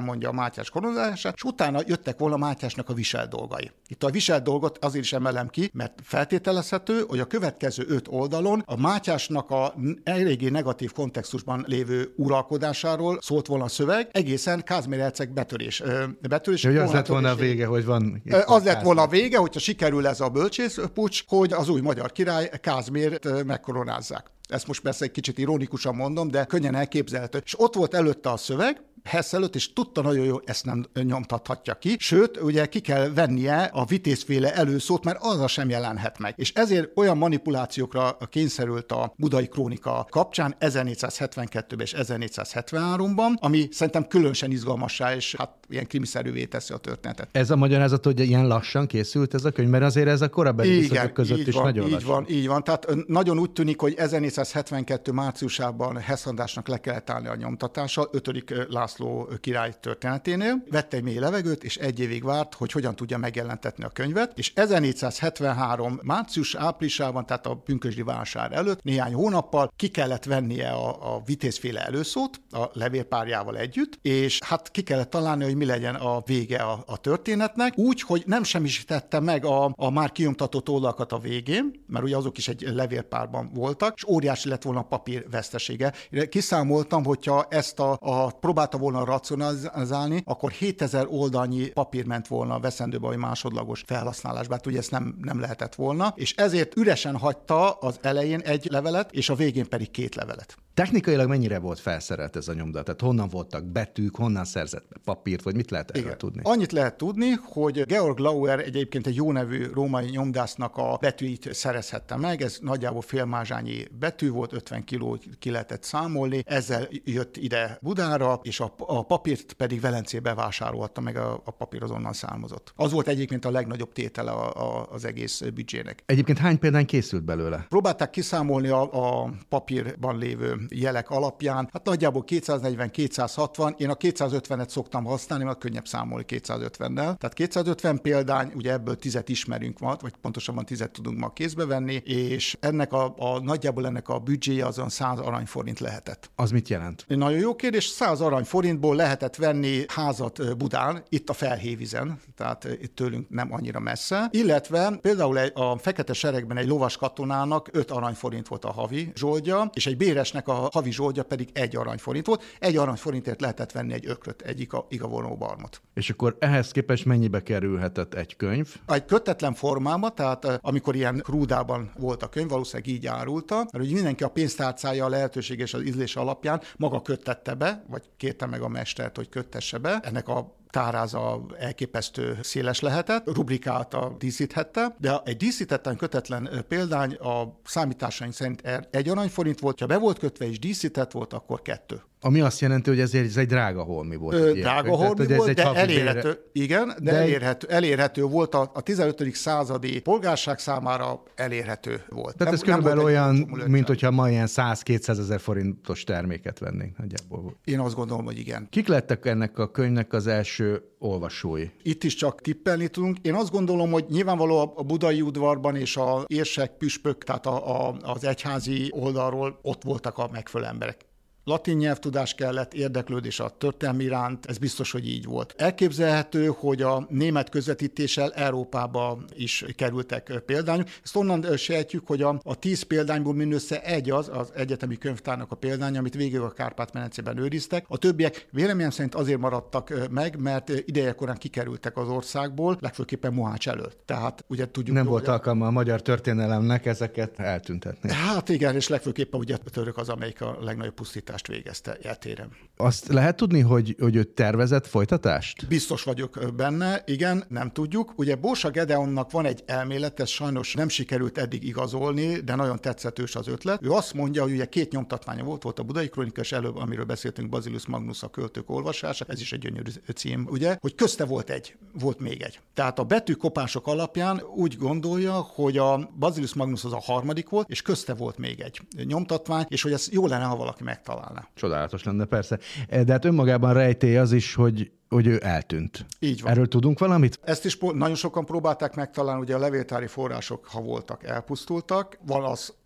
elmondja a Mátyás koronázását, és utána jöttek volna Mátyásnak a viselt dolgai. Itt a viselt dolgot azért is emelem ki, mert feltételezhető, hogy a következő öt oldalon a Mátyásnak a eléggé negatív kontextusban lévő uralkodásáról szólt volna a szöveg, egészen Kázmér herceg betörés. betörés hogy az lett volna a vége, hogy van... Az lett volna a vége, hogyha sikerül ez a bölcsészpuccs, hogy az új magyar király Kázmért megkoronázzák. Ezt most persze egy kicsit ironikusan mondom, de könnyen elképzelhető. És ott volt előtte a szöveg, Hess előtt, és tudta nagyon jó, ezt nem nyomtathatja ki. Sőt, ugye ki kell vennie a vitézféle előszót, mert az sem jelenhet meg. És ezért olyan manipulációkra kényszerült a Budai Krónika kapcsán ezernégyszázhetvenkettőben és ezernégyszázhetvenháromban, ami szerintem különösen izgalmassá és hát ilyen krimiszerűvé teszi a történetet. Ez a magyarázat, hogy ilyen lassan készült ez a könyv, mert azért ez a korábbi viszonyok között is van, nagyon így lassan. Van, így van. Tehát nagyon úgy tűnik, hogy ezernégyszázhetvenkettő márciusában Hess Andrásnak le kellett állni a nyomtatással, ötödik László király történeténél. Vette egy mély levegőt, és egy évig várt, hogy hogyan tudja megjelentetni a könyvet, és ezernégyszázhetvenhárom március-áprilisában, tehát a pünkösdi vásár előtt, néhány hónappal ki kellett vennie a, a vitézféle előszót a levélpárjával együtt, és hát ki kellett találni, hogy mi legyen a vége a, a történetnek, úgy, hogy nem semmisítette meg a, a már kinyomtatott oldalakat a végén, mert ugye azok is egy levélpárban voltak, és óriási lett volna a papír vesztesége. Kiszámoltam, hogyha ezt a, a próbálta volna racionalizálni, akkor hétezer oldalnyi papír ment volna a veszendőbe, vagy másodlagos felhasználásba, hát ugye ezt nem, nem lehetett volna, és ezért üresen hagyta az elején egy levelet, és a végén pedig két levelet. Technikailag mennyire volt felszerelt ez a nyomda? Tehát honnan voltak betűk, honnan szerzett papírt, vagy mit lehet erről Igen. tudni? Annyit lehet tudni, hogy Georg Lauer egyébként egy jó nevű római nyomdásznak a betűit szerezhette meg, ez nagyjából félmázsányi betű volt, ötven kiló ki lehetett számolni, ezzel jött ide Budára, és a, a papírt pedig Velencébe vásárolta, meg a, a papír azonnal származott. Az volt egyébként a legnagyobb tétele a, a, az egész büdzsének. Egyébként hány példány készült belőle? Próbálták kiszámolni a, a papírban lévő jelek alapján, hát nagyjából kétszáznegyven-kétszázhatvan, én a kétszázötvenet szoktam használni, mert könnyebb számolni kétszázötvennel. Tehát kétszázötven példány, ugye ebből tízet ismerünk ma, vagy pontosabban tízet tudunk ma kézbe venni, és ennek a, a nagyjából ennek a büdzséje azon száz aranyforint lehetett. Az mit jelent? Nagyon jó kérdés, száz aranyforintból lehetett venni házat Budán, itt a Felhévízen, tehát itt tőlünk nem annyira messze, illetve például egy, a Fekete Seregben egy lovas katonának öt aranyforint volt a havi zsoldja, és egy béresnek a havi zsoldja pedig egy aranyforint volt. Egy aranyforintért lehetett venni egy ökröt, egy igavonó barmot. És akkor ehhez képest mennyibe kerülhetett egy könyv? Egy kötetlen formában, tehát amikor ilyen krúdában volt a könyv, valószínűleg így árulta, mert ugye mindenki a pénztárcája, a lehetőség és az ízlés alapján maga köttette be, vagy kérte meg a mestert, hogy köttesse be. Ennek a táráza elképesztő széles lehetett, rubrikálta, díszíthette, de egy díszítetlen kötetlen példány a számításaink szerint egy aranyforint volt, ha be volt kötve és díszített volt, akkor kettő. Ami azt jelenti, hogy ezért ez egy drága holmi volt. Ö, drága holmi tehát, volt, de elérhető, bére... igen, de, de elérhető, elérhető volt a, a tizenötödik századi polgárság számára elérhető volt. Tehát nem, ez körülbelül olyan, mint hogyha ma ilyen száz-kétszázezer forintos terméket vennénk nagyjából. Én azt gondolom, hogy igen. Kik lettek ennek a könyvnek az első olvasói? Itt is csak tippelni tudunk. Én azt gondolom, hogy nyilvánvalóan a budai udvarban és a érsek, püspök, tehát a, a, az egyházi oldalról ott voltak a megfelelő emberek. Latin nyelvtudás kellett, érdeklődés a történelmi iránt, ez biztos, hogy így volt. Elképzelhető, hogy a német közvetítéssel Európába is kerültek példányok. Ezt onnan sejtjük, hogy a, a tíz példányból mindössze egy az, az egyetemi könyvtárnak a példánya, amit végig a Kárpát-medencében őriztek. A többiek véleményem szerint azért maradtak meg, mert idejekorán kikerültek az országból, legfőképpen Mohács előtt. Tehát ugye tudjuk... Nem jó, volt alkalma a magyar történelemnek ezeket eltüntetni. Hát igen, és legfőképpen ugye a török az, amelyik a legnagyobb pusztítás végezte eltéren. Azt lehet tudni, hogy, hogy ő tervezett folytatást? Biztos vagyok benne, igen, nem tudjuk. Ugye Borsa Gedeonnak van egy elmélet, ez sajnos nem sikerült eddig igazolni, de nagyon tetszetős az ötlet. Ő azt mondja, hogy ugye két nyomtatványa volt, volt a Budai Krónika, és előbb, amiről beszéltünk, Basilius Magnus, a költők olvasása, ez is egy gyönyörű cím, ugye, hogy közte volt egy, volt még egy. Tehát a betűkopások alapján úgy gondolja, hogy a Basilius Magnus az a harmadik volt, és közte volt még egy nyomtatvány, és hogy ez jó lenne, ha valaki megtalál. Csodálatos lenne, persze. De hát önmagában rejtély az is, hogy hogy ő eltűnt. Így van. Erről tudunk valamit? Ezt is nagyon sokan próbálták megtalálni, ugye a levéltári források, ha voltak, elpusztultak. Van az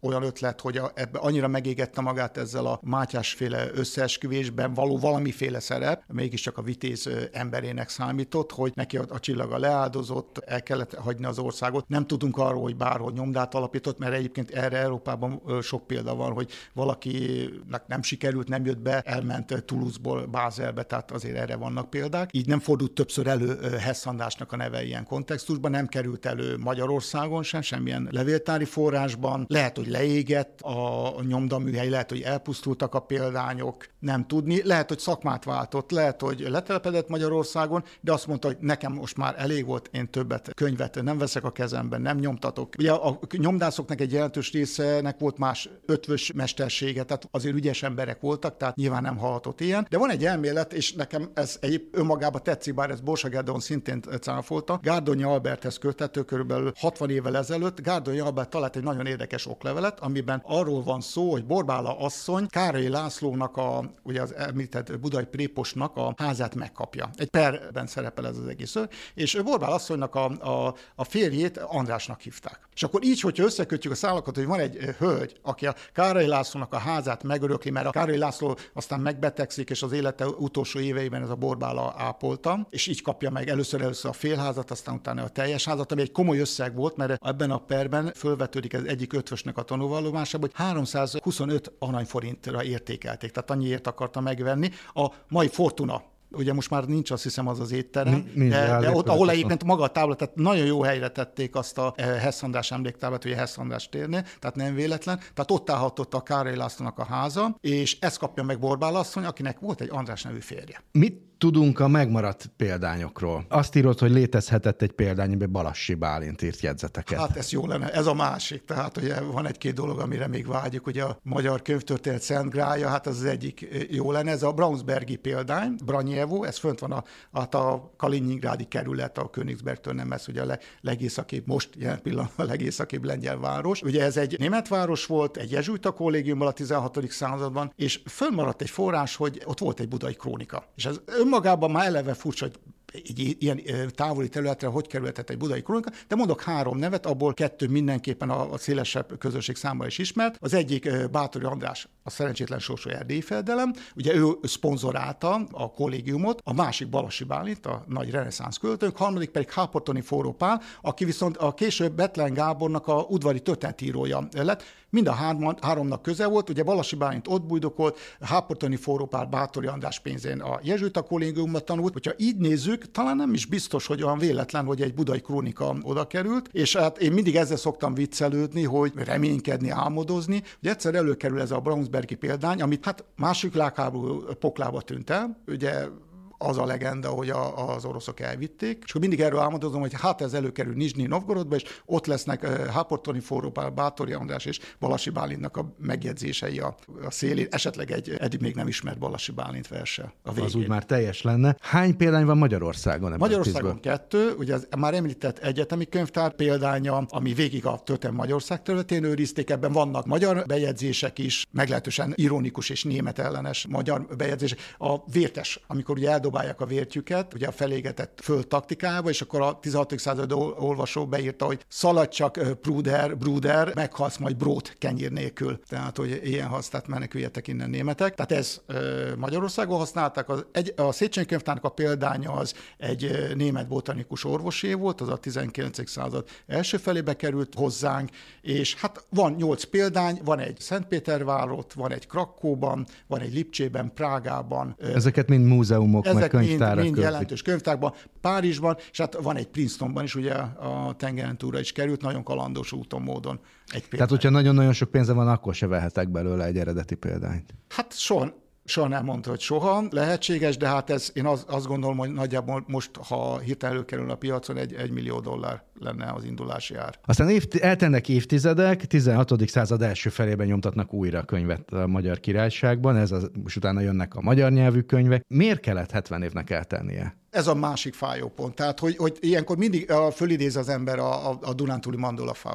olyan ötlet, hogy a, ebbe annyira megégette magát ezzel a Mátyás-féle összeesküvésben való valamiféle szerep, mégiscsak a vitéz emberének számított, hogy neki a, a csillaga leáldozott, el kellett hagyni az országot. Nem tudunk arról, hogy bárhol nyomdát alapított, mert egyébként erre Európában sok példa van, hogy valakinek nem sikerült, nem jött be, elment Toulouse-ból Bázelbe, tehát azért erre vannak példák. Így nem fordult többször elő Hess-Andrásnak a neve ilyen kontextusban, nem került elő Magyarországon sem, semmilyen levéltári forrásban. Lehet, hogy leégett a nyomdaműhely, lehet, hogy elpusztultak a példányok, nem tudni. Lehet, hogy szakmát váltott, lehet, hogy letelepedett Magyarországon, de azt mondta, hogy nekem most már elég volt, én többet könyvet nem veszek a kezemben, nem nyomtatok. Ugye a nyomdászoknak egy jelentős részének volt más ötvös mestersége, tehát azért ügyes emberek voltak, tehát nyilván nem hallhatott ilyen. De van egy elmélet, és nekem ez egyéb önmagában tetszik, bár ez Borsa Gedeon szintén cáfolta. Gárdonyi Alberthez köthető körülbelül hatvan évvel ezelőtt Gárdonyi Albert talált egy nagyon érdekes oklevelet, amiben arról van szó, hogy Borbála asszony Károly Lászlónak, a, ugye az említett budai préposnak a házát megkapja. Egy perben szerepel ez az egész. És Borbála asszonynak a, a, a férjét Andrásnak hívták. És akkor így, hogyha összekötjük a szálakat, hogy van egy hölgy, aki a Károly Lászlónak a házát megörökli, mert a Károly László aztán megbetegszik, és az élete utolsó éveiben ez a Borbála ápolta, és így kapja meg először először a félházat, aztán utána a teljes házat, ami egy komoly összeg volt, mert ebben a perben fölvetődik az egyik ötvösnek a tanúvallomásába, hogy háromszázhuszonöt aranyforintra értékelték, tehát annyiért akarta megvenni. A mai Fortuna, ugye most már nincs, azt hiszem, az az étterem, Mi, de, de ott, ahol egyébként maga a tábla, tehát nagyon jó helyre tették azt a Hess András emléktáblát, hogy a Hess András térnél, tehát nem véletlen. Tehát ott állhatott a Károly Lászlónak a háza, és ezt kapja meg Borbála asszony, akinek volt egy András nevű férje. Mit tudunk a megmaradt példányokról? Azt írod, hogy létezhetett egy példány, amiben Balassi Bálint írt jegyzeteket. Hát ez jó lenne, ez a másik. Tehát ugye van egy-két dolog, amire még vágyjuk, ugye a magyar könyvtörténet Szent Grálja, hát az az egyik jó lenne. Ez a Braunsbergi példány, Branyevo, ez fönt van a, a, a Kaliningrádi kerület, a Königsbergtől nem messze, ugye a legészakibb, most jelen pillanatban a legészakibb lengyel város. Ugye ez egy német város volt, egy jezsuita kollégiumban a tizenhatodik században, és fönnmaradt egy forrás, hogy ott volt egy budai krónika. És ez önmagában már eleve furcsa, hogy egy ilyen távoli területre hogy kerülhetett egy budai krónika, de mondok három nevet, abból kettő mindenképpen a, a szélesebb közönség számára is ismert. Az egyik Báthori András, a szerencsétlen sorsú erdélyi fejedelem, ugye ő szponzorálta a kollégiumot, a másik Balassi Bálint, a nagy reneszánsz költőnk, harmadik pedig Háportoni Forró Pál, aki viszont a később Bethlen Gábornak a udvari történetírója lett. Mind a három, háromnak köze volt, ugye Balassi Bálint ott bujdokolt, Háportoni Forró Pál Báthori András pénzén a jezsuita kollégiumban tanult. Hogyha így nézzük, talán nem is biztos, hogy olyan véletlen, hogy egy budai krónika oda került, és hát én mindig ezzel szoktam viccelődni, hogy reménykedni, álmodozni, hogy egyszer előkerül ez a Braunsbergi példány, amit hát második világháború poklába tűnt el, ugye az a legenda, hogy a, az oroszok elvitték, és akkor mindig erről álmodozom, hogy hát ez előkerül Nizsnyi Novgorodba, és ott lesznek uh, Háportoni Forró Pál, Báthori András és Balassi Bálintnak a megjegyzései a, a szélén, esetleg egy eddig még nem ismert Balassi Bálint verse a végén. Az úgy már teljes lenne. Hány példány van Magyarországon? Magyarországon kettő, ugye az már említett egyetemi könyvtár példánya, ami végig a történet Magyarország területén őrizték, ebben vannak magyar bejegyzések is, meglehetősen ironikus és német ellenes magyar bejegyzések. A Vértes, amikor ugye eldobálják a vértjüket, ugye a felégetett föld taktikájába, és akkor a tizenhatodik század olvasó beírta, hogy szaladj csak, Bruder, Bruder, meghalsz majd brót kenyér nélkül. Tehát, hogy ilyen halsz, tehát meneküljetek innen németek. Tehát ez Magyarországon használták. Az, egy, a Széchenyi könyvtárnak a példánya az egy német botanikus orvosé volt, az a tizenkilencedik század első felébe került hozzánk, és hát van nyolc példány, van egy Szentpétervárot, van egy Krakóban, van egy Lipcsében, Prágában. Ezeket mind múzeumok, ezek meg könyvtárak mind, mind jelentős könyvtárakban, Párizsban, és hát van egy Princetonban is, ugye a tengeren túlra is került, nagyon kalandos úton, módon egy példány. Tehát, hogyha nagyon-nagyon sok pénze van, akkor se vehetek belőle egy eredeti példányt. Hát soha, soha nem mondta, hogy soha. Lehetséges, de hát ez, én az, azt gondolom, hogy nagyjából most, ha hirtelen előkerül a piacon, egy, egy millió dollár lenne az indulási ár. Aztán év, eltennek évtizedek, tizenhatodik század első felében nyomtatnak újra könyvet a Magyar Királyságban, ez az, most utána jönnek a magyar nyelvű könyvek. Miért kellett hetven évnek eltennie? Ez a másik fájó pont. Tehát, hogy, hogy ilyenkor mindig fölidéz az ember a, a, a Dunántúli mandolafa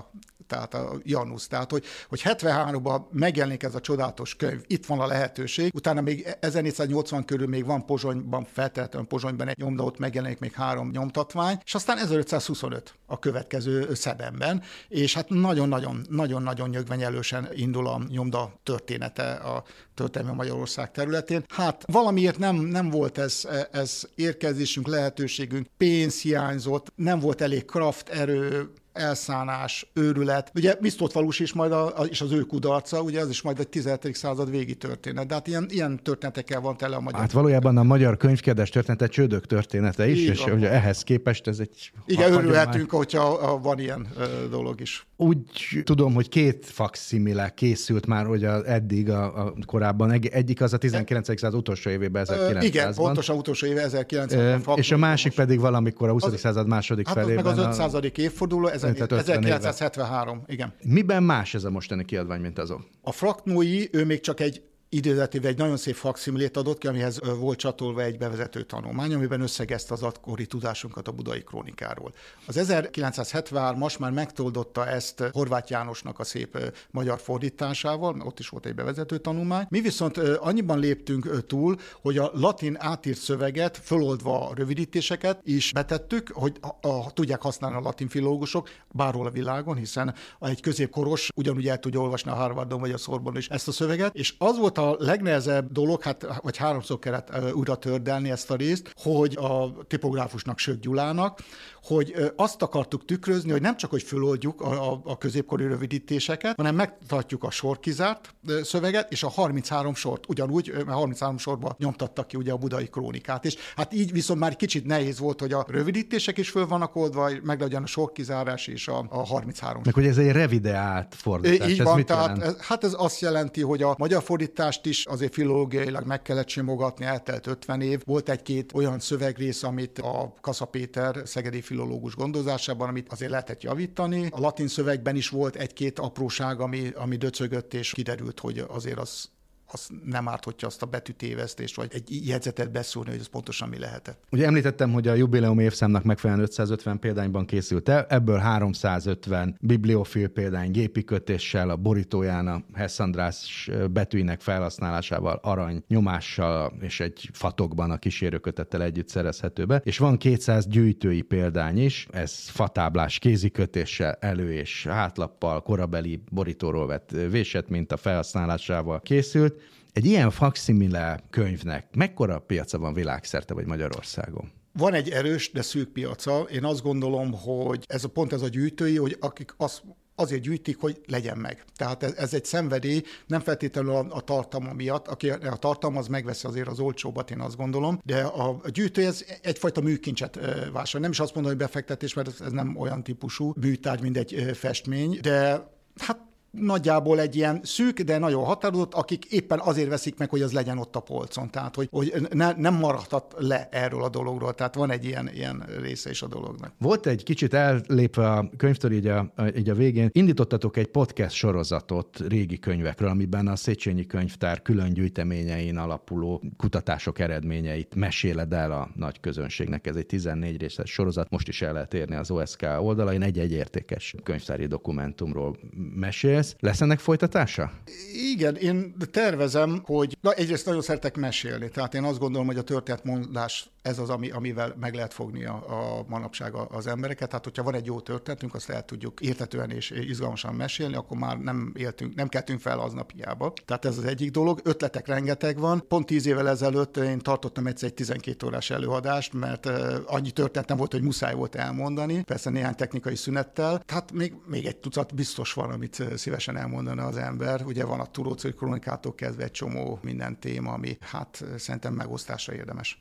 tehát a Janus. Tehát, hogy, hogy hetvenháromban megjelenik ez a csodálatos könyv, itt van a lehetőség, utána még ezernégyszáznyolcvan körül még van Pozsonyban, feltétlenül Pozsonyban egy nyomda, ott megjelenik még három nyomtatvány, és aztán ezerötszázhuszonöt a következő Szebenben, és hát nagyon-nagyon-nagyon nyögvenyelősen indul a nyomda története a történelmi Magyarország területén. Hát valamiért nem, nem volt ez, ez érkezésünk, lehetőségünk, pénz hiányzott, nem volt elég kraft, erő, elszánás, őrület. Ugye Visztótvalus is majd a, a, és az ő kudarca, ugye ez is majd egy tizenhetedik század végi történet. De hát ilyen, ilyen történetekkel van tele a magyar. Hát valójában a magyar könyvkiadás története csődök története is, és ugye ehhez képest ez egy... Igen, örülhetünk, hogyha van ilyen ö, dolog is. Úgy tudom, hogy két faksimile készült már ugye eddig a, a korábban. Egyik az a tizenkilencedik század utolsó évében, ezerkilencszázban. Igen, pontosan utolsó éve, ezerkilencszázban. És a másik pedig valamikor a huszadik század második hát felében. Hát meg az ötszázadik évforduló, ezerkilencszázhetvenhárom, igen. Miben más ez a mostani kiadvány, mint azok? A Fraktnói, ő még csak egy időzetével egy nagyon szép faksimilét adott ki, amihez volt csatolva egy bevezető tanulmány, amiben összegezte az akkori tudásunkat a Budai Krónikáról. Az ezerkilencszázhetvenhármas már megtoldotta ezt Horváth Jánosnak a szép magyar fordításával, ott is volt egy bevezető tanulmány. Mi viszont annyiban léptünk túl, hogy a latin átírt szöveget, föloldva a rövidítéseket is betettük, hogy a, a, tudják használni a latin filológusok bárhol a világon, hiszen egy középkoros ugyanúgy el tudja olvasni a Harvardon vagy a Sorbonne is ezt a szöveget, és az volt a legnehezebb dolog, hát vagy háromszor kellett újra tördelni ezt a részt, hogy a tipográfusnak, Sök Gyulának, hogy azt akartuk tükrözni, hogy nem csak, hogy föloldjuk a, a, a középkori rövidítéseket, hanem megtartjuk a sorkizárt szöveget, és a harminchárom sort, ugyanúgy, mert harminchárom sorban nyomtattak ki ugye a Budai Krónikát, és hát így viszont már kicsit nehéz volt, hogy a rövidítések is föl vannak oldva, meg legyen a sorkizárás és a, a harminchárom. Meg hogy ez egy revideált fordítás. Így ez van, mit tehát ez, hát ez azt jelenti, hogy a magyar fordítást is azért filológiailag meg kellett simogatni, eltelt ötven év. Volt egy-két olyan szövegrész, amit a Kassa Péter szegedi filológus gondozásában, amit azért lehetett javítani. A latin szövegben is volt egy-két apróság, ami, ami döcögött, és kiderült, hogy azért az az nem árt, hogyha azt a betűtévesztést, vagy egy jegyzetet beszúrni, hogy ez pontosan mi lehetett. Ugye említettem, hogy a jubileum évszámnak megfelelően ötszázötven példányban készült el, ebből háromszázötven bibliofil példány gépi kötéssel, a borítóján a Hess András betűinek felhasználásával, arany nyomással és egy fatokban a kísérőkötettel együtt szerezhető be, és van kétszáz gyűjtői példány is, ez fatáblás kézikötéssel, elő- és hátlappal, korabeli borítóról vett vésett minta felhasználásával készült. Egy ilyen faksimile könyvnek mekkora piaca van világszerte vagy Magyarországon? Van egy erős, de szűk piaca. Én azt gondolom, hogy ez a, pont ez a gyűjtői, hogy akik azt azért gyűjtik, hogy legyen meg. Tehát ez, ez egy szenvedély, nem feltétlenül a, a tartalma miatt. Aki a tartalma, az megveszi azért az olcsóbbat, én azt gondolom, de a, a gyűjtő ez egyfajta műkincset vásárol. Nem is azt mondom, hogy befektetés, mert ez, ez nem olyan típusú műtárgy, mint egy festmény, de hát nagyjából egy ilyen szűk, de nagyon határozott, akik éppen azért veszik meg, hogy az legyen ott a polcon. Tehát, hogy, hogy ne, nem maradhat le erről a dologról. Tehát van egy ilyen, ilyen része is a dolognak. Volt egy kicsit ellépve a könyvtől így a, így a végén, indítottatok egy podcast sorozatot régi könyvekről, amiben a Széchenyi Könyvtár külön gyűjteményein alapuló kutatások eredményeit meséled el a nagy közönségnek. Ez egy tizennégy részes sorozat, most is el lehet érni az o es ká oldalain, egy-egy értékes könyvtári dokumentumról mesélsz. Lesz ennek folytatása? Igen, én tervezem, hogy na, egyrészt nagyon szeretek mesélni, tehát én azt gondolom, hogy a történetmondás ez az, ami, amivel meg lehet fogni a, a manapság az embereket. Tehát, hogyha van egy jó történetünk, azt el tudjuk érthetően és izgalmasan mesélni, akkor már nem éltünk, nem keltünk fel aznap hiába. Tehát ez az egyik dolog. Ötletek rengeteg van. Pont tíz évvel ezelőtt én tartottam egyszer egy tizenkét órás előadást, mert annyi történetem volt, hogy muszáj volt elmondani. Persze néhány technikai szünettel. Tehát még, még egy tucat biztos van, amit szívesen elmondana az ember. Ugye van a Turóczi Krónikától kezdve egy csomó minden téma, ami hát szerintem megosztásra érdemes.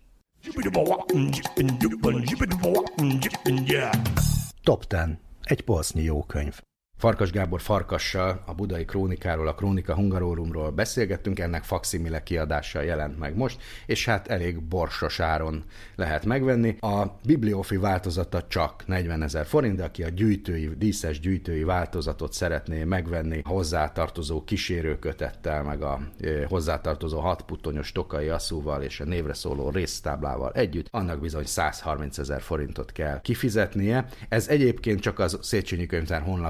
Top tíz. Egy polsznyi jó könyv. Farkas Gábor Farkassal a Budai Krónikáról, a Chronica Hungarorumról beszélgettünk, ennek fakszimile kiadása jelent meg most, és hát elég borsos áron lehet megvenni. A bibliófil változata csak negyvenezer forint, de aki a gyűjtői, díszes gyűjtői változatot szeretné megvenni hozzátartozó kísérőkötettel, meg a e, hozzátartozó hatputtonyos tokai asszúval és a névre szóló résztáblával együtt, annak bizony százharmincezer forintot kell kifizetnie. Ez egyébként csak az Széchenyi Könyvtár honlapján keresztül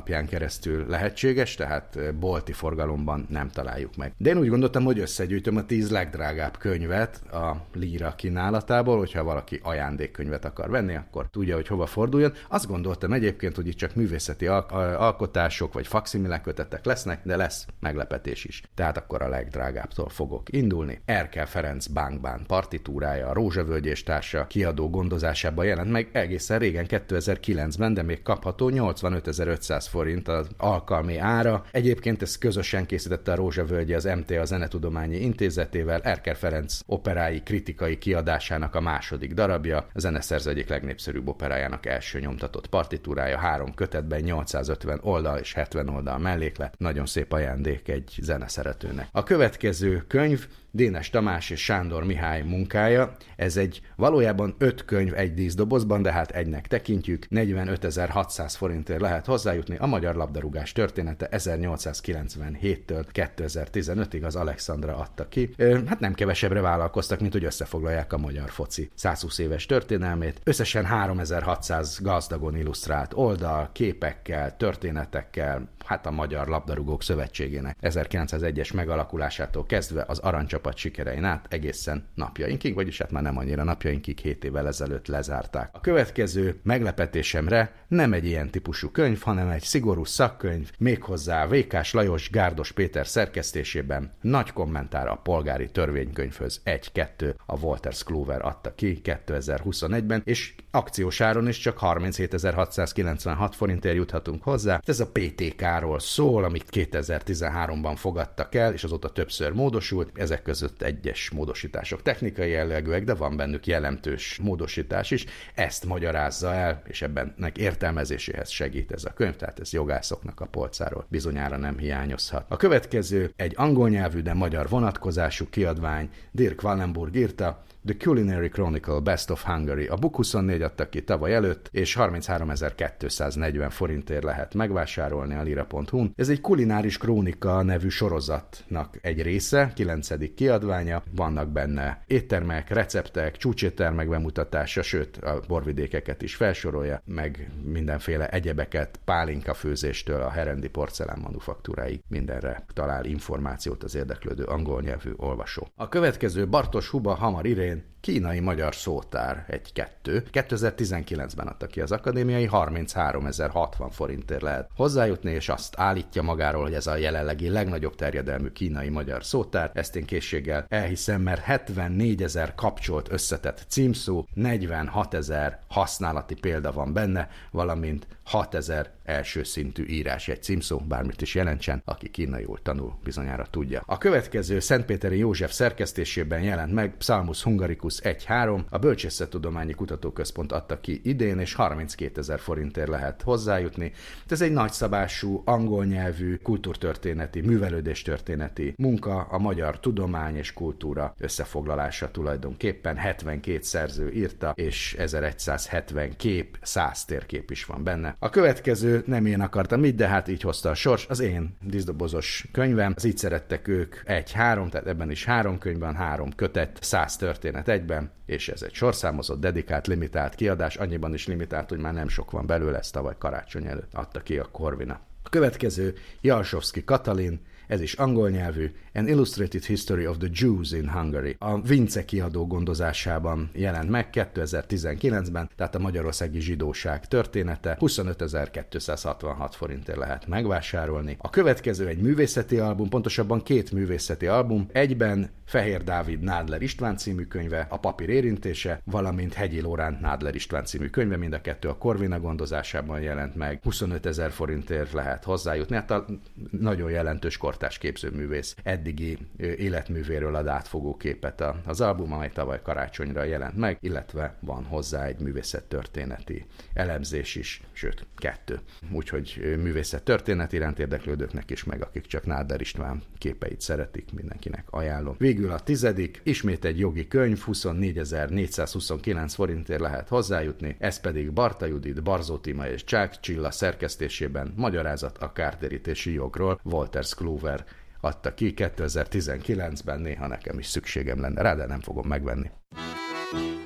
keresztül lehetséges, tehát bolti forgalomban nem találjuk meg. De én úgy gondoltam, hogy összegyűjtöm a tíz legdrágább könyvet a Líra kínálatából, hogyha valaki ajándékkönyvet akar venni, akkor tudja, hogy hova forduljon. Azt gondoltam egyébként, hogy itt csak művészeti al- alkotások vagy fakszimile kötetek lesznek, de lesz meglepetés is. Tehát akkor a legdrágábbtól fogok indulni. Erkel Ferenc Bánk-bán partitúrája, a Rózsavölgy és társa kiadó gondozásában jelent meg egészen régen, kétezer-kilencben, de még kapható, nyolcvanötezer-ötszáz forint az alkalmi ára. Egyébként ezt közösen készítette a Rózsavölgyi az em té á Zenetudományi Intézetével, Erkel Ferenc operái kritikai kiadásának a második darabja, a zeneszerző egyik legnépszerűbb operájának első nyomtatott partitúrája, három kötetben, nyolcszázötven oldal és hetven oldal melléklet. Nagyon szép ajándék egy zeneszeretőnek. A következő könyv Dénes Tamás és Sándor Mihály munkája. Ez egy valójában öt könyv egy díszdobozban, de hát egynek tekintjük. negyvenötezer-hatszáz forintért lehet hozzájutni. A magyar labdarúgás története ezernyolcszázkilencvenhéttől kétezer-tizenötig az Alexandra adta ki. Hát nem kevesebbre vállalkoztak, mint hogy összefoglalják a magyar foci százhúsz éves történelmét. Összesen háromezer-hatszáz gazdagon illusztrált oldal, képekkel, történetekkel, hát a Magyar Labdarúgók Szövetségének ezerkilencszázegyes megalakulásától kezdve az aranycsapat sikerein át egészen napjainkig, vagyis hát már nem annyira napjainkig, hét évvel ezelőtt lezárták. A következő meglepetésemre nem egy ilyen típusú könyv, hanem egy szigorú szakkönyv, méghozzá Vékás Lajos, Gárdos Péter szerkesztésében, nagy kommentár a polgári törvénykönyvhöz egy kettő, a Wolters Kluwer adta ki kétezer-huszonegyben, és akciós áron is csak harminchétezer-hatszázkilencvenhat forintért juthatunk hozzá. Ez a pé té ká-ról szól, amit kétezer-tizenháromban fogadtak el, és azóta többször módosult. Ezek között egyes módosítások technikai jellegűek, de van bennük jelentős módosítás is. Ezt magyarázza el, és ebbennek értelmezéséhez segít ez a könyv, tehát ez jogászoknak a polcáról bizonyára nem hiányozhat. A következő egy angol nyelvű, de magyar vonatkozású kiadvány, Dirk Wallenburg írta, The Culinary Chronicle Best of Hungary. A Book huszonnégy adta ki tavaly előtt, és harmincháromezer-kétszáznegyven forintért lehet megvásárolni a lira pont hu-n. Ez egy kulináris krónika nevű sorozatnak egy része, kilencedik kiadványa. Vannak benne éttermek, receptek, csúcséttermek bemutatása, sőt a borvidékeket is felsorolja, meg mindenféle egyebeket, pálinkafőzéstől a herendi porcelán manufaktúráig mindenre talál információt az érdeklődő angol nyelvű olvasó. A következő Bartos Huba, Hamar Irén, kínai-magyar szótár egy kettő. kétezer-tizenkilencben adta ki az akadémiai, harmincháromezer-hatvan forintért lehet hozzájutni, és azt állítja magáról, hogy ez a jelenlegi legnagyobb terjedelmű kínai-magyar szótár. Ezt én készséggel elhiszem, mert hetvennégyezer kapcsolt összetett címszó, negyvenhatezer használati példa van benne, valamint hatezer első szintű írás egy címszó, bármit is jelentsen, aki kínaiul tanul, bizonyára tudja. A következő Szentpéteri József szerkesztésében jelent meg Psalmus Hungaricus egy három, a Bölcsészettudományi Kutatóközpont adta ki idén, és harminckétezer forintért lehet hozzájutni. Ez egy nagyszabású, angol nyelvű, kultúrtörténeti, művelődéstörténeti munka, a magyar tudomány és kultúra összefoglalása tulajdonképpen. hetvenkét szerző írta, és ezeregyszázhetven kép, száz térkép is van benne. A következő nem én akartam így, de hát így hozta a sors, az én díszdobozos könyvem. Az Így szerettek ők egy három, tehát ebben is három könyvben, három kötet, száz történet egyben, és ez egy sorszámozott, dedikált, limitált kiadás, annyiban is limitált, hogy már nem sok van belőle, ezt tavaly karácsony előtt adta ki a Corvina. A következő Jalsovszky Katalin, ez is angol nyelvű, An Illustrated History of the Jews in Hungary. A Vince kiadó gondozásában jelent meg kétezer-tizenkilencben, tehát a magyarországi zsidóság története, huszonötezer-kétszázhatvanhat forintért lehet megvásárolni. A következő egy művészeti album, pontosabban két művészeti album, egyben Fehér Dávid Nádler István című könyve, A papír érintése, valamint Hegyi Lóránt Nádler István című könyve, mind a kettő a Corvina gondozásában jelent meg, huszonötezer forintért lehet hozzájutni. Hát a nagyon jelentős kortárs képzőművész eddigi életművéről ad átfogó képet az album, amely tavaly karácsonyra jelent meg, illetve van hozzá egy művészettörténeti elemzés is, sőt, kettő. Úgyhogy művészettörténet iránt érdeklődőknek is, meg akik csak Nádler István képeit szeretik, mindenkinek ajánlom. Végül a tizedik, ismét egy jogi könyv, huszonnégyezer-négyszázhuszonkilenc forintért lehet hozzájutni, ez pedig Barta Judit, Barzó Tima és Csák Csilla szerkesztésében, magyarázat a kártérítési jogról, Wolters Kluwer adta ki kétezer-tizenkilencben, néha nekem is szükségem lenne rá, de nem fogom megvenni.